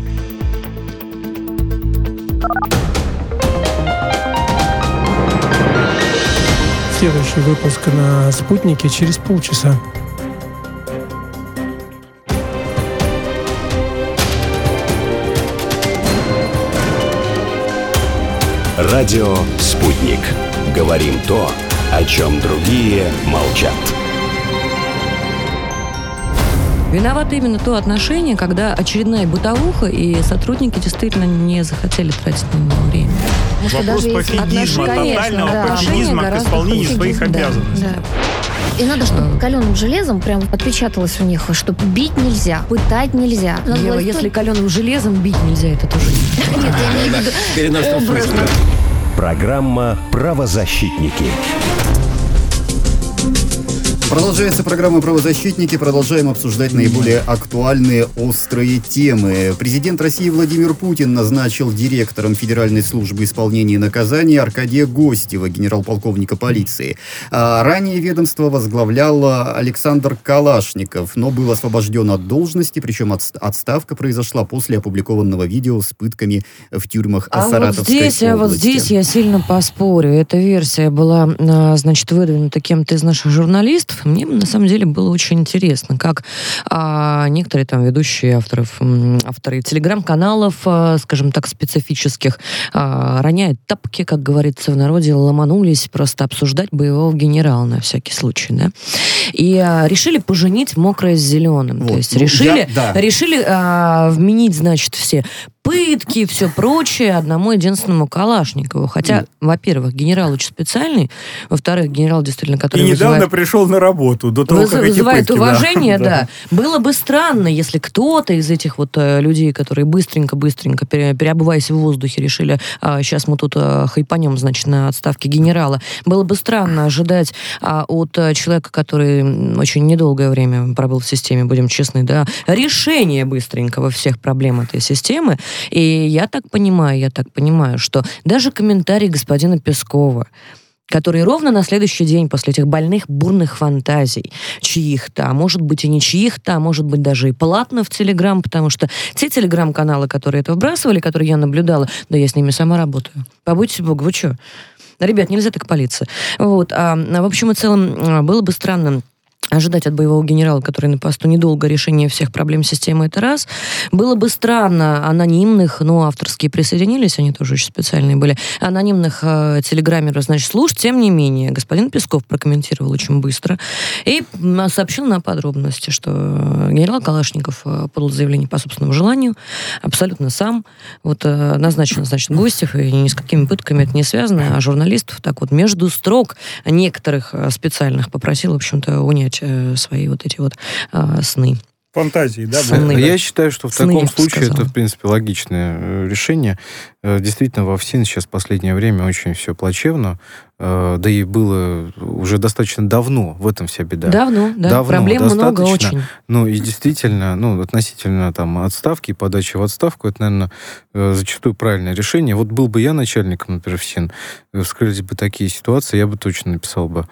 Speaker 9: Следующий выпуск на «Спутнике» через полчаса.
Speaker 4: Радио «Спутник». Говорим то, о чем другие молчат.
Speaker 1: Виновато именно то отношение, когда очередная бытовуха, и сотрудники действительно не захотели тратить на него время.
Speaker 2: Вопрос пофигизма, тотального
Speaker 3: да,
Speaker 2: пофигизма к исполнению
Speaker 3: пофигизм,
Speaker 2: своих
Speaker 3: да,
Speaker 2: обязанностей.
Speaker 3: да. И надо, чтобы каленым железом прям отпечаталось у них, что бить нельзя, пытать нельзя. Надо
Speaker 1: Ева,
Speaker 3: власть-
Speaker 1: если каленым железом бить нельзя, это тоже не.
Speaker 3: Нет, я имею в виду образно.
Speaker 4: Программа «Правозащитники».
Speaker 5: Продолжается программа «Правозащитники». Продолжаем обсуждать наиболее актуальные, острые темы. Президент России Владимир Путин назначил директором Федеральной службы исполнения наказаний Аркадия Гостева, генерал-полковника полиции. А ранее ведомство возглавлял Александр Калашников, но был освобожден от должности, причем отставка произошла после опубликованного видео с пытками в тюрьмах
Speaker 1: а
Speaker 5: Саратовской
Speaker 1: вот здесь,
Speaker 5: области.
Speaker 1: А вот здесь я сильно поспорю. Эта версия была, значит, выдвинута кем-то из наших журналистов. Мне на самом деле было очень интересно, как а, некоторые там ведущие авторов, авторы телеграм-каналов, а, скажем так, специфических, а, роняют тапки, как говорится в народе, ломанулись просто обсуждать боевого генерала на всякий случай, да, и а, решили поженить мокрое с зеленым. Вот. То есть ну, решили, я, да. решили а, вменить, значит, все пытки и все прочее одному единственному Калашникову. Хотя, mm. во-первых, генерал очень специальный, во-вторых, генерал действительно, который
Speaker 2: и недавно
Speaker 1: вызывает...
Speaker 2: пришел на работу, до того,
Speaker 1: Выз...
Speaker 2: как эти
Speaker 1: вызывает
Speaker 2: пытки,
Speaker 1: уважение,
Speaker 2: да.
Speaker 1: да. Было бы странно, если кто-то из этих вот э, людей, которые быстренько-быстренько, пере, переобуваясь в воздухе, решили, а, сейчас мы тут а, хайпанем, значит, на отставке генерала, было бы странно ожидать а, от а, человека, который очень недолгое время пробыл в системе, будем честны, да, решения быстренького всех проблем этой системы. И я так понимаю, я так понимаю, что даже комментарий господина Пескова, который ровно на следующий день после этих больных, бурных фантазий чьих-то, а может быть и не чьих-то, а может быть даже и платно в Телеграм, потому что те телеграм-каналы, которые это выбрасывали, которые я наблюдала, да я с ними сама работаю. Побойтесь Бога, вы что? Ребят, нельзя так палиться. Вот. А, в общем и целом, было бы странно ожидать от боевого генерала, который на посту недолго, решения всех проблем системы, это раз. Было бы странно анонимных, ну, авторские присоединились, они тоже очень специальные были, анонимных э, телеграммеров, значит, служб. Тем не менее, господин Песков прокомментировал очень быстро и сообщил нам подробности, что генерал Калашников подал заявление по собственному желанию, абсолютно сам. Вот э, назначен, значит, Гостев, и ни с какими пытками это не связано, а журналистов так вот между строк некоторых специальных попросил, в общем-то, унять свои вот эти вот а, сны.
Speaker 2: Фантазии, да?
Speaker 6: Сны. Я считаю, что в
Speaker 1: Сны,
Speaker 6: таком случае
Speaker 1: сказала.
Speaker 6: это, в принципе, логичное решение. Действительно, во ВСИН сейчас в последнее время очень все плачевно. Да и было уже достаточно давно, в этом вся беда.
Speaker 1: Давно, да.
Speaker 6: Давно,
Speaker 1: проблем много очень.
Speaker 6: Ну, и действительно, ну, относительно там отставки и подачи в отставку, это, наверное, зачастую правильное решение. Вот был бы я начальником, например, ВСИН, вскрылись бы такие ситуации, я бы точно написал бы,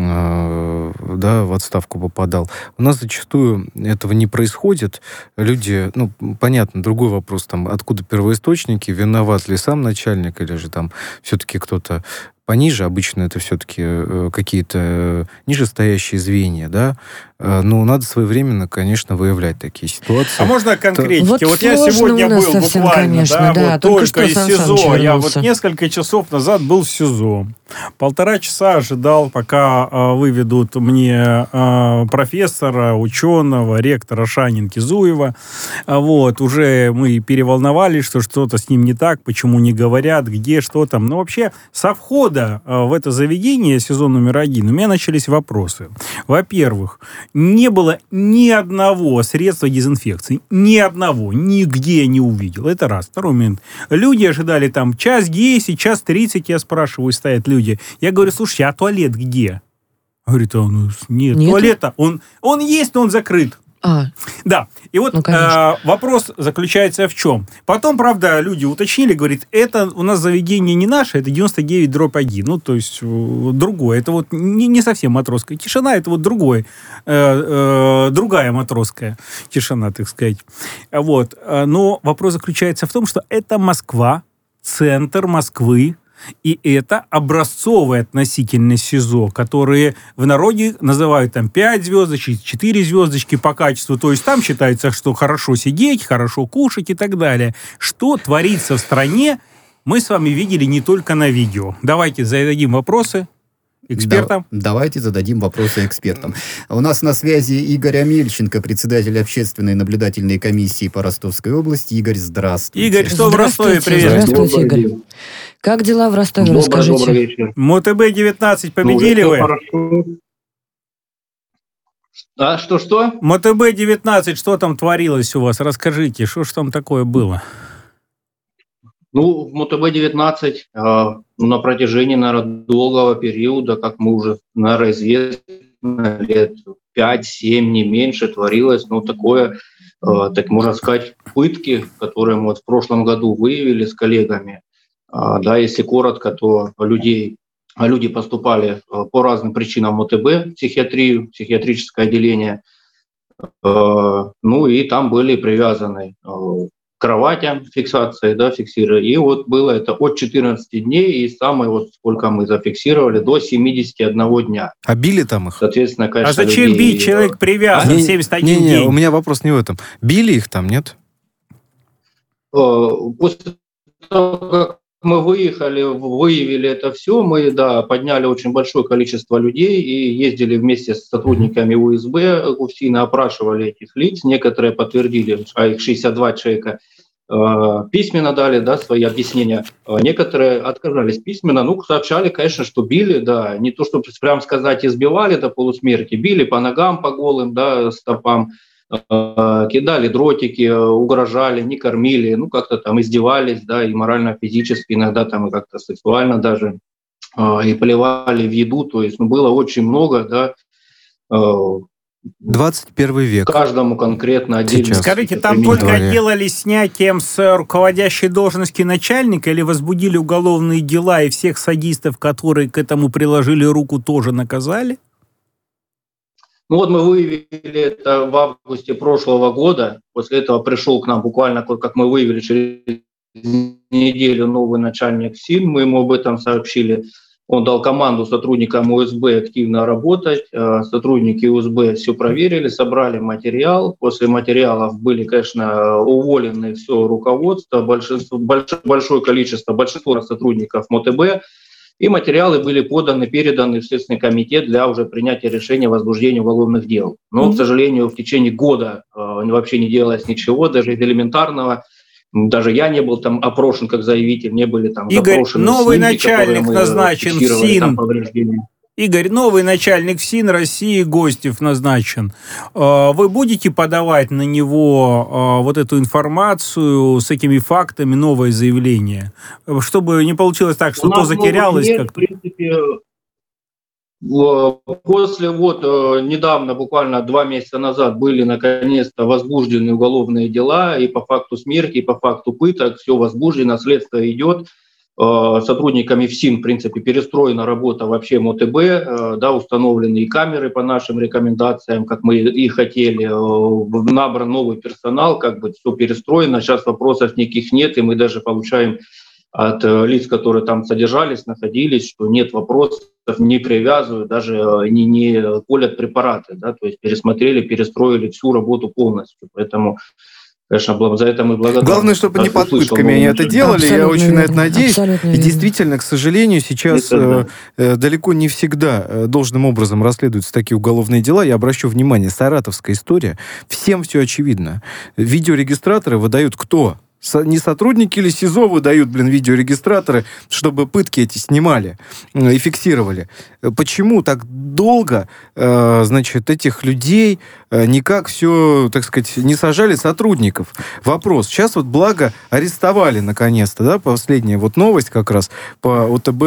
Speaker 6: да, в отставку попадал. У нас зачастую этого не происходит. Люди, ну, понятно, другой вопрос, там, откуда первоисточники, виноват ли сам начальник, или же там все-таки кто-то пониже, обычно это все-таки э, какие-то э, нижестоящие звенья, да, э, но надо своевременно, конечно, выявлять такие ситуации.
Speaker 2: А можно конкретики?
Speaker 1: Вот,
Speaker 2: вот я сегодня был
Speaker 1: совсем,
Speaker 2: буквально,
Speaker 1: конечно,
Speaker 2: да,
Speaker 1: да,
Speaker 2: вот
Speaker 1: только,
Speaker 2: только из
Speaker 1: Сан
Speaker 2: СИЗО.
Speaker 1: Саныч
Speaker 2: Я
Speaker 1: вернулся.
Speaker 2: вот несколько часов назад был в СИЗО. Полтора часа ожидал, пока э, выведут мне э, профессора, ученого, ректора Шанинки Зуева. А вот, уже мы переволновались, что что-то с ним не так, почему не говорят, где, что там. Но вообще, со входа в это заведение, сезон номер один, у меня начались вопросы. Во-первых, не было ни одного средства дезинфекции. Ни одного. Нигде я не увидел. Это раз. Второй момент. Люди ожидали там час десять, час тридцать, я спрашиваю, стоят люди. Я говорю, слушайте, а туалет где? Говорит, а, ну, нет, Нету? туалета, он, он есть, но он закрыт.
Speaker 1: А.
Speaker 2: Да, и вот ну, э, вопрос заключается в чем. Потом, правда, люди уточнили, говорит, это у нас заведение не наше, это девяносто девять дробь один, ну, то есть э, другое. Это вот не, не совсем матросская тишина, это вот другое, э, э, другая матросская тишина, так сказать. Вот. Но вопрос заключается в том, что это Москва, центр Москвы, и это образцовые относительно СИЗО, которые в народе называют там пять звездочек, четыре звездочки по качеству. То есть там считается, что хорошо сидеть, хорошо кушать и так далее. Что творится в стране, мы с вами видели не только на видео. Давайте зададим вопросы экспертам.
Speaker 5: Да, давайте зададим вопросы экспертам. У нас на связи Игорь Амельченко, председатель общественной наблюдательной комиссии по Ростовской области. Игорь, здравствуйте.
Speaker 2: Игорь, что в Ростове? Привет.
Speaker 1: Здравствуйте, Игорь. Как дела в Ростове?
Speaker 10: Добрый,
Speaker 1: расскажите.
Speaker 10: Добрый вечер.
Speaker 2: МОТБ девятнадцать победили
Speaker 10: ну,
Speaker 2: вы?
Speaker 10: Хорошо. А, что-что?
Speaker 2: МОТБ девятнадцать, что там творилось у вас? Расскажите, что ж там такое было?
Speaker 10: Ну, в МОТБ девятнадцать э, на протяжении, наверное, долгого периода, как мы уже, наверное, известно, наверное, лет пять-семь, не меньше, творилось, ну, такое, э, так можно сказать, пытки, которые мы вот в прошлом году выявили с коллегами. А, да, если коротко, то людей, люди поступали по разным причинам в ОТБ, в психиатрию, психиатрическое отделение, э, ну, и там были привязаны э, кроватям фиксации, да, фиксировали. И вот было это от четырнадцати дней, и самое, вот сколько мы зафиксировали, до семидесяти одного дня.
Speaker 6: А били там их?
Speaker 10: Соответственно, конечно,
Speaker 2: а зачем
Speaker 10: людей...
Speaker 2: бить? Человек привязан
Speaker 6: а?
Speaker 2: семьдесят один
Speaker 6: не, не,
Speaker 2: день.
Speaker 6: У меня вопрос не в этом. Били их там, нет?
Speaker 10: После того, как мы выехали, выявили это все, мы, да, подняли очень большое количество людей и ездили вместе с сотрудниками УСБ, ГУФСИНа, опрашивали этих лиц. Некоторые подтвердили, а их шестьдесят два человека, письменно дали, да, свои объяснения. Некоторые отказались письменно, ну, сообщали, конечно, что били, да, не то, чтобы прям сказать, избивали до полусмерти, били по ногам, по голым, да, стопам, кидали дротики, угрожали, не кормили, ну, как-то там издевались, да, и морально, физически, иногда там и как-то сексуально даже, и поливали в еду, то есть, ну, было очень много, да.
Speaker 6: двадцать первый век.
Speaker 10: Каждому конкретно отдельно.
Speaker 2: Скажите, там только делали снятием с руководящей должности начальника или возбудили уголовные дела и всех садистов, которые к этому приложили руку, тоже наказали?
Speaker 10: Ну вот мы выявили это в августе прошлого года. После этого пришел к нам буквально, как мы выявили, через неделю новый начальник СИН. Мы ему об этом сообщили. Он дал команду сотрудникам УСБ активно работать. Сотрудники УСБ все проверили, собрали материал. После материалов были, конечно, уволены все руководство, большинство, большое количество, большинство сотрудников МОТБ. И материалы были поданы, переданы в Следственный комитет для уже принятия решения о возбуждении уголовных дел. Но, mm-hmm. к сожалению, в течение года э, вообще не делалось ничего, даже из элементарного. Даже я не был там опрошен как заявитель, не были там
Speaker 2: Игорь,
Speaker 10: запрошены
Speaker 2: новый
Speaker 10: снимки,
Speaker 2: начальник назначен в СИН. Игорь, новый начальник СИН России Гостев назначен. Вы будете подавать на него вот эту информацию с этими фактами, новое заявление? Чтобы не получилось так, что то затерялось
Speaker 10: нет,
Speaker 2: как-то.
Speaker 10: В принципе, после вот недавно, буквально два месяца назад, были наконец-то возбуждены уголовные дела и по факту смерти, и по факту пыток. Все возбуждено, следствие идет. Сотрудниками ФСИН, в принципе, перестроена работа вообще МОТБ, да, установлены и камеры по нашим рекомендациям, как мы и хотели, набран новый персонал, как бы все перестроено, сейчас вопросов никаких нет, и мы даже получаем от лиц, которые там содержались, находились, что нет вопросов, не привязывают, даже не, не колят препараты, да, то есть пересмотрели, перестроили всю работу полностью, поэтому... Конечно, за это мы благодарны.
Speaker 6: Главное, чтобы не под пытками они это делали. Абсолютно я очень верно. на это надеюсь. Абсолютно и действительно, к сожалению, сейчас это, да. э, далеко не всегда э, должным образом расследуются такие уголовные дела. Я обращу внимание, саратовская история. Всем все очевидно. Видеорегистраторы выдают кто? Не сотрудники или СИЗО выдают, блин, видеорегистраторы, чтобы пытки эти снимали и фиксировали. Почему так долго, э, значит, этих людей э, никак все, так сказать, не сажали сотрудников? Вопрос. Сейчас вот, благо, арестовали наконец-то, да, последняя вот новость как раз по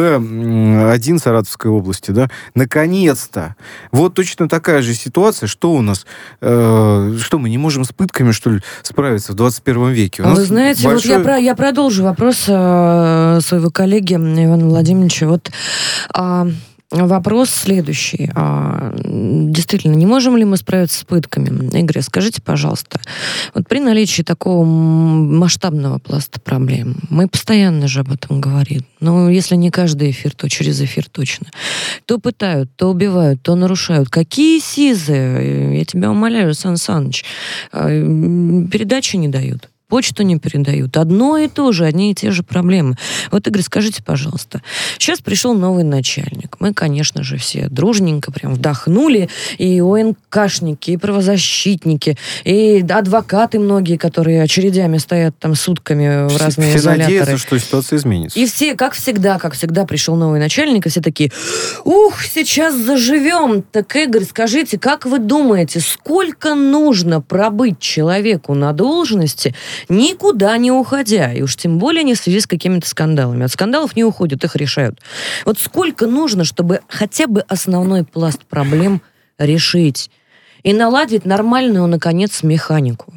Speaker 6: ОТБ один Саратовской области, да, наконец-то. Вот точно такая же ситуация, что у нас, э, что мы не можем с пытками, что ли, справиться в двадцать первом веке? У нас
Speaker 1: Вы знаете, большой... вот я, про, я продолжу вопрос э, своего коллеги Ивана Владимировича. Вот э, вопрос следующий. Э, действительно, не можем ли мы справиться с пытками? Игорь, скажите, пожалуйста, вот при наличии такого масштабного пласта проблем, мы постоянно же об этом говорим, но если не каждый эфир, то через эфир точно, то пытают, то убивают, то нарушают. Какие СИЗы? Я тебя умоляю, Сан Саныч, э, передачи не дают. Почту не передают. Одно и то же, одни и те же проблемы. Вот, Игорь, скажите, пожалуйста, сейчас пришел новый начальник. Мы, конечно же, все дружненько прям вдохнули. И ОНКшники, и правозащитники, и адвокаты многие, которые очередями стоят там сутками в разные
Speaker 6: все
Speaker 1: изоляторы.
Speaker 6: Все надеются, что ситуация изменится.
Speaker 1: И все, как всегда, как всегда, пришел новый начальник, и все такие, ух, сейчас заживем. Так, Игорь, скажите, как вы думаете, сколько нужно пробыть человеку на должности, никуда не уходя, и уж тем более не в связи с какими-то скандалами. От скандалов не уходят, их решают. Вот сколько нужно, чтобы хотя бы основной пласт проблем решить и наладить нормальную, наконец, механику?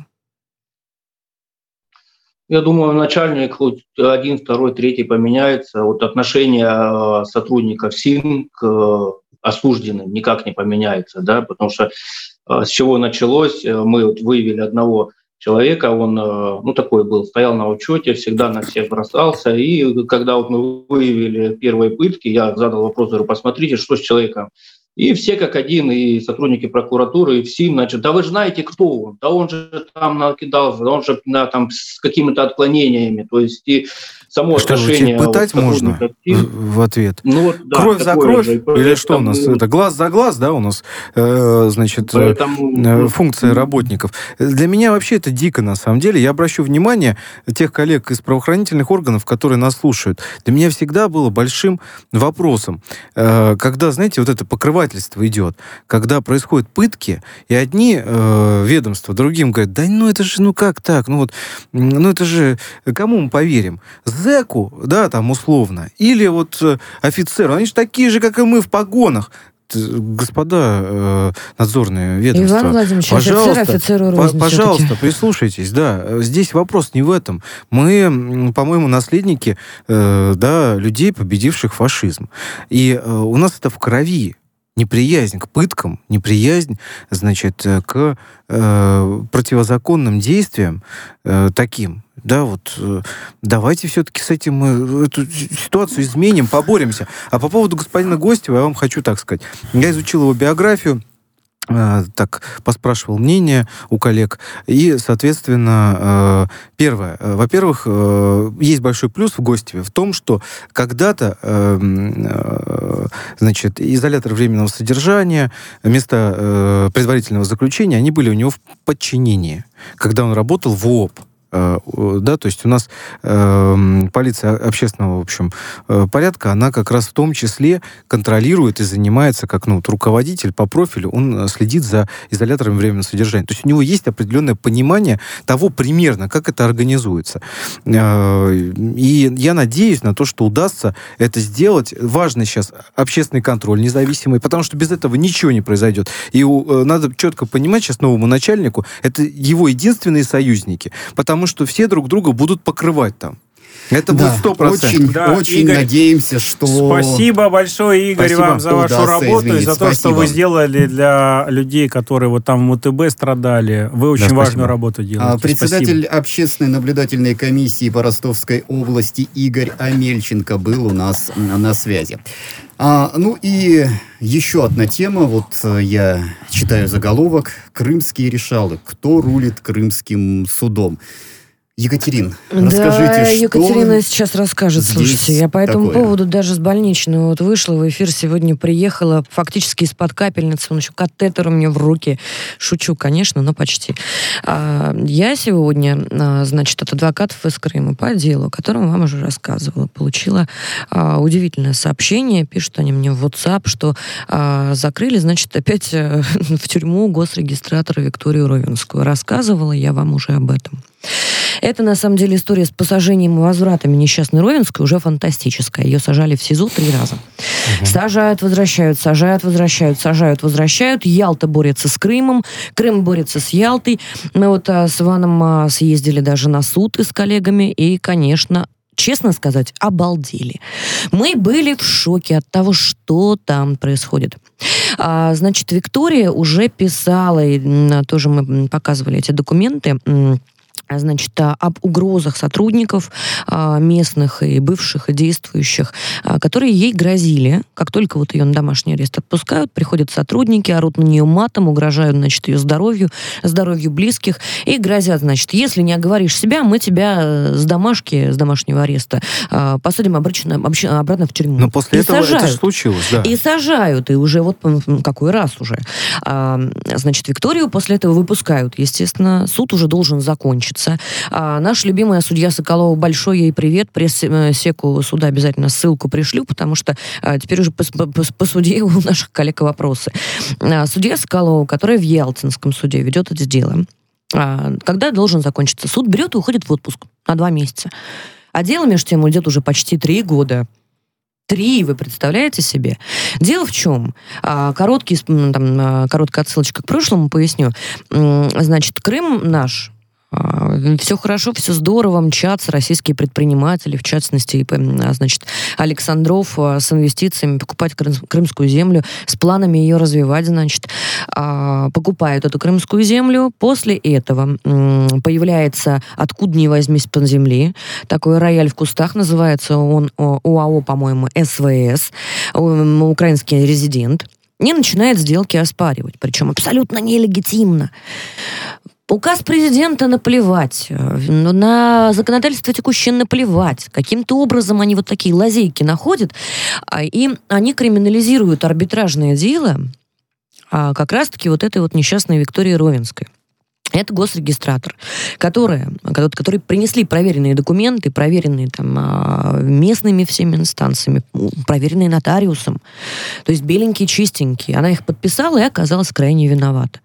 Speaker 10: Я думаю, начальник хоть один, второй, третий поменяется. Вот отношение сотрудников СИН к осужденным никак не поменяется, да, потому что с чего началось, мы вот выявили одного человека, он, ну, такой был, стоял на учете, всегда на всех бросался, и когда вот мы выявили первые пытки, я задал вопрос, говорю, посмотрите, что с человеком. И все как один, и сотрудники прокуратуры, и все, значит, да вы же знаете, кто он, да он же там накидал, он же да, там с какими-то отклонениями, то есть и само
Speaker 6: что
Speaker 10: отношение...
Speaker 6: Что, пытать
Speaker 10: вот,
Speaker 6: можно в, в ответ?
Speaker 10: Ну, вот, да,
Speaker 6: кровь за кровь?
Speaker 10: Же.
Speaker 6: Или что у нас? Это глаз за глаз, да, у нас, э, значит, Поэтому... функция работников. Для меня вообще это дико, на самом деле. Я обращу внимание тех коллег из правоохранительных органов, которые нас слушают. Для меня всегда было большим вопросом, э, когда, знаете, вот это покрывательство идет, когда происходят пытки, и одни э, ведомства другим говорят, да ну это же, ну как так, ну вот, ну это же, кому мы поверим? Зэку, да, там условно, или вот э, офицеру, они же такие же, как и мы в погонах. Господа э, надзорные ведомства,
Speaker 1: Иван Владимирович,
Speaker 6: пожалуйста,
Speaker 1: офицер, офицеру рознь
Speaker 6: пожалуйста,
Speaker 1: все-таки.
Speaker 6: Прислушайтесь, да, здесь вопрос не в этом. Мы, по-моему, наследники э, да, людей, победивших фашизм. И э, у нас это в крови. Неприязнь к пыткам, неприязнь, значит, к э, противозаконным действиям э, таким. Да, вот э, давайте все-таки с этим мы эту ситуацию изменим, поборемся. А по поводу господина Гостева я вам хочу так сказать. Я изучил его биографию, э, так поспрашивал мнение у коллег, и, соответственно, э, первое. Во-первых, э, есть большой плюс в Гостеве в том, что когда-то э, э, значит, изолятор временного содержания, места э, предварительного заключения, они были у него в подчинении, когда он работал в ООП. Да, то есть у нас э, полиция общественного, в общем, э, порядка, она как раз в том числе контролирует и занимается, как ну, вот, руководитель по профилю, он следит за изоляторами временного содержания. То есть у него есть определенное понимание того примерно, как это организуется. Э, и я надеюсь на то, что удастся это сделать. Важно сейчас общественный контроль независимый, потому что без этого ничего не произойдет. И э, надо четко понимать сейчас новому начальнику, это его единственные союзники, потому что все друг друга будут покрывать там. Это
Speaker 5: да,
Speaker 6: будет сто процентов.
Speaker 5: Очень,
Speaker 2: да,
Speaker 5: очень
Speaker 2: Игорь,
Speaker 5: надеемся, что...
Speaker 2: Спасибо большое, Игорь,
Speaker 5: Спасибо,
Speaker 2: вам за вашу работу
Speaker 5: изменить.
Speaker 2: и за то,
Speaker 5: Спасибо.
Speaker 2: что вы сделали для людей, которые вот там в МТБ страдали. Вы очень
Speaker 6: да,
Speaker 2: важную работу делаете.
Speaker 5: А, председатель
Speaker 2: спасибо.
Speaker 5: общественной наблюдательной комиссии по Ростовской области Игорь Амельченко был у нас на связи. А, ну и еще одна тема. Вот я читаю заголовок. Крымские решалы. Кто рулит Крымским судом? Екатерин, расскажите,
Speaker 1: да,
Speaker 5: что
Speaker 1: Екатерина сейчас расскажет. Слушайте, я по этому
Speaker 5: такое?
Speaker 1: поводу даже с больничного вот вышла в эфир сегодня, приехала фактически из-под капельницы, он еще катетер у меня в руки. Шучу, конечно, но почти. А, я сегодня, а, значит, от адвокатов из Крыма по делу, о котором вам уже рассказывала, получила а, удивительное сообщение. Пишут они мне в WhatsApp, что а, закрыли, значит, опять а, в тюрьму госрегистратора Викторию Ровенскую. Рассказывала я вам уже об этом. Это, на самом деле, история с посажением и возвратами несчастной Ровенской уже фантастическая. Ее сажали в СИЗО три раза. Угу. Сажают, возвращают, сажают, возвращают, сажают, возвращают. Ялта борется с Крымом, Крым борется с Ялтой. Мы вот а, с Иваном а, съездили даже на суд и с коллегами, и, конечно, честно сказать, обалдели. Мы были в шоке от того, что там происходит. А, значит, Виктория уже писала, и тоже мы показывали эти документы, значит, об угрозах сотрудников местных и бывших, и действующих, которые ей грозили. Как только вот ее на домашний арест отпускают, приходят сотрудники, орут на нее матом, угрожают, значит, ее здоровью, здоровью близких, и грозят, значит, если не оговоришь себя, мы тебя с домашки, с домашнего ареста посадим обратно, обратно в тюрьму.
Speaker 6: Но после
Speaker 1: и
Speaker 6: этого
Speaker 1: сажают.
Speaker 6: это же случилось, да.
Speaker 1: И сажают, и уже вот какой раз уже. Значит, Викторию после этого выпускают. Естественно, суд уже должен закончиться. А, наша любимая судья Соколова, большой ей привет, пресс-секу суда обязательно ссылку пришлю, потому что а, теперь уже по, по, по суде у наших коллег вопросы. А, судья Соколова, которая в Ялтинском суде ведет это дело, а, когда должен закончиться суд, берет и уходит в отпуск на два месяца. А дело, между тем, идет уже почти три года. Три, вы представляете себе? Дело в чем? Короткий, там, короткая отсылочка к прошлому поясню. Значит, Крым наш. Все хорошо, все здорово, мчатся российские предприниматели, в частности, значит, Александров с инвестициями покупать крымскую землю, с планами ее развивать, значит, покупают эту крымскую землю. После этого появляется, откуда ни возьмись под земли, такой рояль в кустах, называется он ОАО, по-моему, СВС, украинский резидент, и начинает сделки оспаривать, причем абсолютно нелегитимно. Указ президента наплевать, на законодательство текущее наплевать. Каким-то образом они вот такие лазейки находят, и они криминализируют арбитражное дело как раз-таки вот этой вот несчастной Виктории Ровенской. Это госрегистратор, которые, которые принесли проверенные документы, проверенные там, местными всеми инстанциями, проверенные нотариусом. То есть беленькие, чистенькие. Она их подписала и оказалась крайне виновата.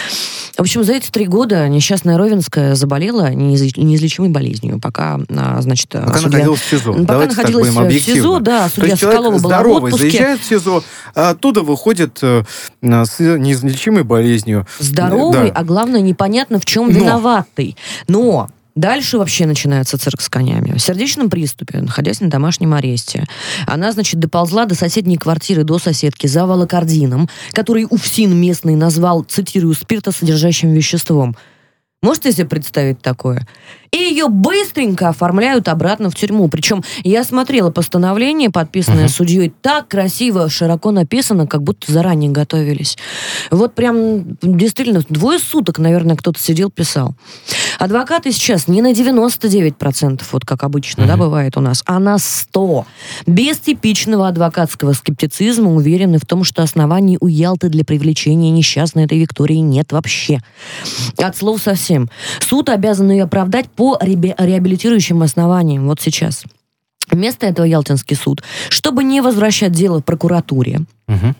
Speaker 1: В общем, за эти три года несчастная Ровенская заболела неизлечимой болезнью, пока, значит...
Speaker 6: Пока
Speaker 1: судья...
Speaker 6: находилась в СИЗО.
Speaker 1: Пока
Speaker 6: Давайте
Speaker 1: находилась в СИЗО, да, судья Соколова была в отпуске.
Speaker 6: Заезжает в СИЗО, а оттуда выходит э, с неизлечимой болезнью.
Speaker 1: Здоровый, да. А главное, непонятно, в чем
Speaker 6: Но.
Speaker 1: виноватый. Но... Дальше вообще начинается цирк с конями. В сердечном приступе, находясь на домашнем аресте, она, значит, доползла до соседней квартиры, до соседки, за волокордином, который УФСИН местный назвал, цитирую, спиртосодержащим веществом. Можете себе представить такое? И ее быстренько оформляют обратно в тюрьму. Причем я смотрела постановление, подписанное uh-huh. судьей, так красиво, широко написано, как будто заранее готовились. Вот прям действительно двое суток, наверное, кто-то сидел, писал. Адвокаты сейчас не на девяносто девять процентов, вот как обычно, uh-huh. да, бывает у нас, а на сто процентов. Без типичного адвокатского скептицизма уверены в том, что оснований у Ялты для привлечения несчастной этой Виктории нет вообще. От слов совсем. Суд обязан ее оправдать по ре- реабилитирующим основаниям вот сейчас. Вместо этого Ялтинский суд, чтобы не возвращать дело в прокуратуре, uh-huh.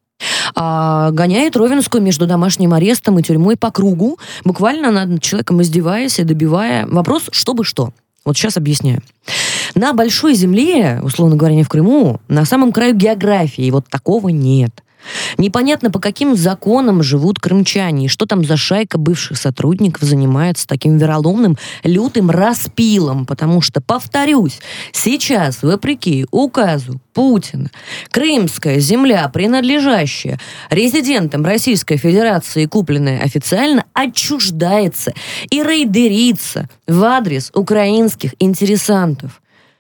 Speaker 1: а, гоняет Ровенскую между домашним арестом и тюрьмой по кругу, буквально над человеком издеваясь и добивая. Вопрос, чтобы что. Вот сейчас объясняю. На большой земле, условно говоря, не в Крыму, на самом краю географии вот такого нет. Непонятно, по каким законам живут крымчане, и что там за шайка бывших сотрудников занимается таким вероломным, лютым распилом, потому что, повторюсь, сейчас, вопреки указу Путина, крымская земля, принадлежащая резидентам Российской Федерации, купленная официально, отчуждается и рейдерится в адрес украинских интересантов.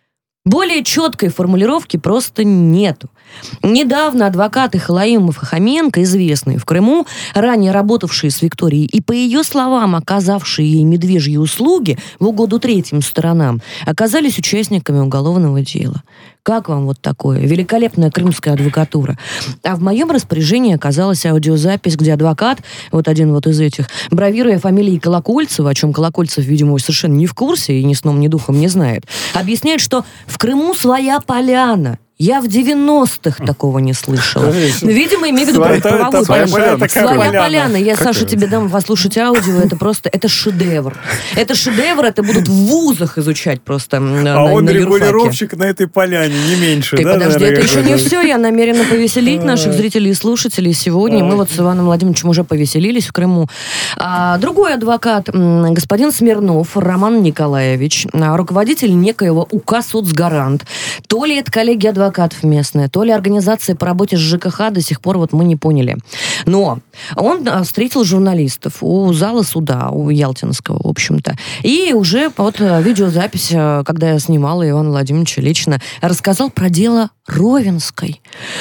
Speaker 1: Более четкой формулировки просто нету. Недавно адвокаты Халаимов и Хоменко, известные в Крыму, ранее работавшие с Викторией и, по ее словам, оказавшие ей медвежьи услуги в угоду третьим сторонам, оказались участниками уголовного дела. Как вам вот такое? Великолепная крымская адвокатура. А в моем распоряжении оказалась аудиозапись, где адвокат, вот один вот из этих, бравируя фамилией Колокольцева, о чем Колокольцев, видимо, совершенно не в курсе и ни сном, ни духом не знает, объясняет, что в Крыму своя поляна. Я в девяностых такого не слышала. Видимо, имею в виду правовую поляну. Своя поляна. Я, Саша, тебе дам послушать аудио. Это просто, это шедевр. Это шедевр, это будут в вузах изучать просто.
Speaker 2: А он регулировщик на этой поляне, не меньше.
Speaker 1: Ты подожди, это еще не все. Я намерена повеселить наших зрителей и слушателей сегодня. Мы вот с Иваном Владимировичем уже повеселились в Крыму. Другой адвокат, господин Смирнов Роман Николаевич, руководитель некоего УК «Соцгарант». То ли это коллеги адвокатов, адвокатов местная, то ли организация по работе с ЖКХ, до сих пор вот мы не поняли. Но он встретил журналистов у зала суда, у Ялтинского, в общем-то. И уже вот видеозапись, когда я снимала Ивана Владимировича лично, рассказал про дело Ровенской.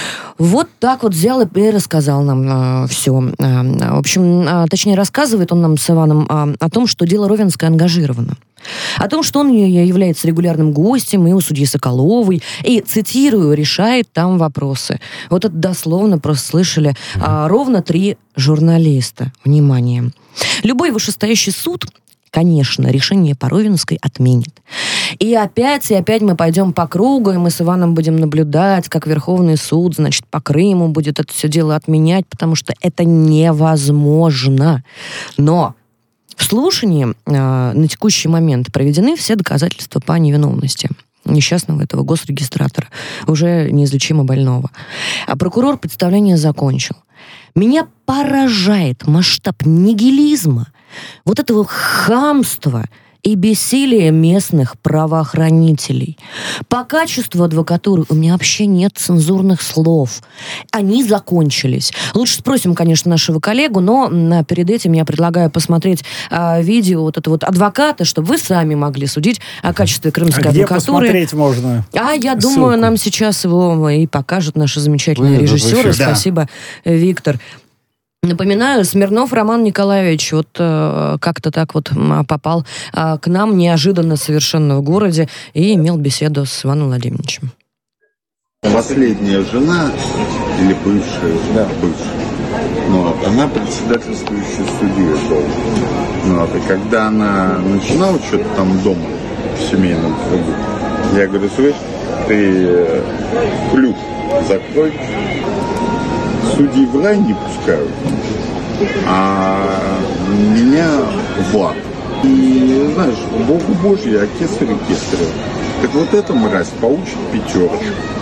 Speaker 1: Вот так вот взял и рассказал нам э, все. Э, в общем, э, точнее, рассказывает он нам с Иваном э, о том, что дело Ровенской ангажировано. О том, что он является регулярным гостем и у судьи Соколовой, и, цитирую, решает там вопросы. Вот это дословно просто слышали а, ровно три журналиста. Внимание. Любой вышестоящий суд, конечно, решение по Ровенской отменит. И опять, и опять мы пойдем по кругу, и мы с Иваном будем наблюдать, как Верховный суд, значит, по Крыму будет это все дело отменять, потому что это невозможно. Но в слушании э, на текущий момент проведены все доказательства по невиновности несчастного этого госрегистратора, уже неизлечимо больного. А прокурор представление закончил. Меня поражает масштаб нигилизма, вот этого хамства и бессилия местных правоохранителей. По качеству адвокатуры у меня вообще нет цензурных слов. Они закончились. Лучше спросим, конечно, нашего коллегу, но а, перед этим я предлагаю посмотреть а, видео вот этого вот адвоката, чтобы вы сами могли судить о качестве крымской
Speaker 2: а где
Speaker 1: адвокатуры.
Speaker 2: Где посмотреть можно?
Speaker 1: А я
Speaker 2: ссылку?
Speaker 1: думаю, нам сейчас его и покажут наши замечательные
Speaker 6: Вы,
Speaker 1: режиссеры.
Speaker 6: вы,
Speaker 1: Спасибо, да. Виктор. Напоминаю, Смирнов Роман Николаевич вот э, как-то так вот попал э, к нам неожиданно совершенно в городе и имел беседу с Иваном Владимировичем.
Speaker 11: Последняя жена или бывшая, да, бывшая, ну, вот, она председательствующая судья была. Ну, вот, и когда она начинала что-то там дома в семейном суде, я говорю, слышь, ты клюв закрой. Судьи в рай не пускают, а меня в ад. И, знаешь, Богу Божий, а кесарю кесарю. Так вот эта мразь получит пятерочку.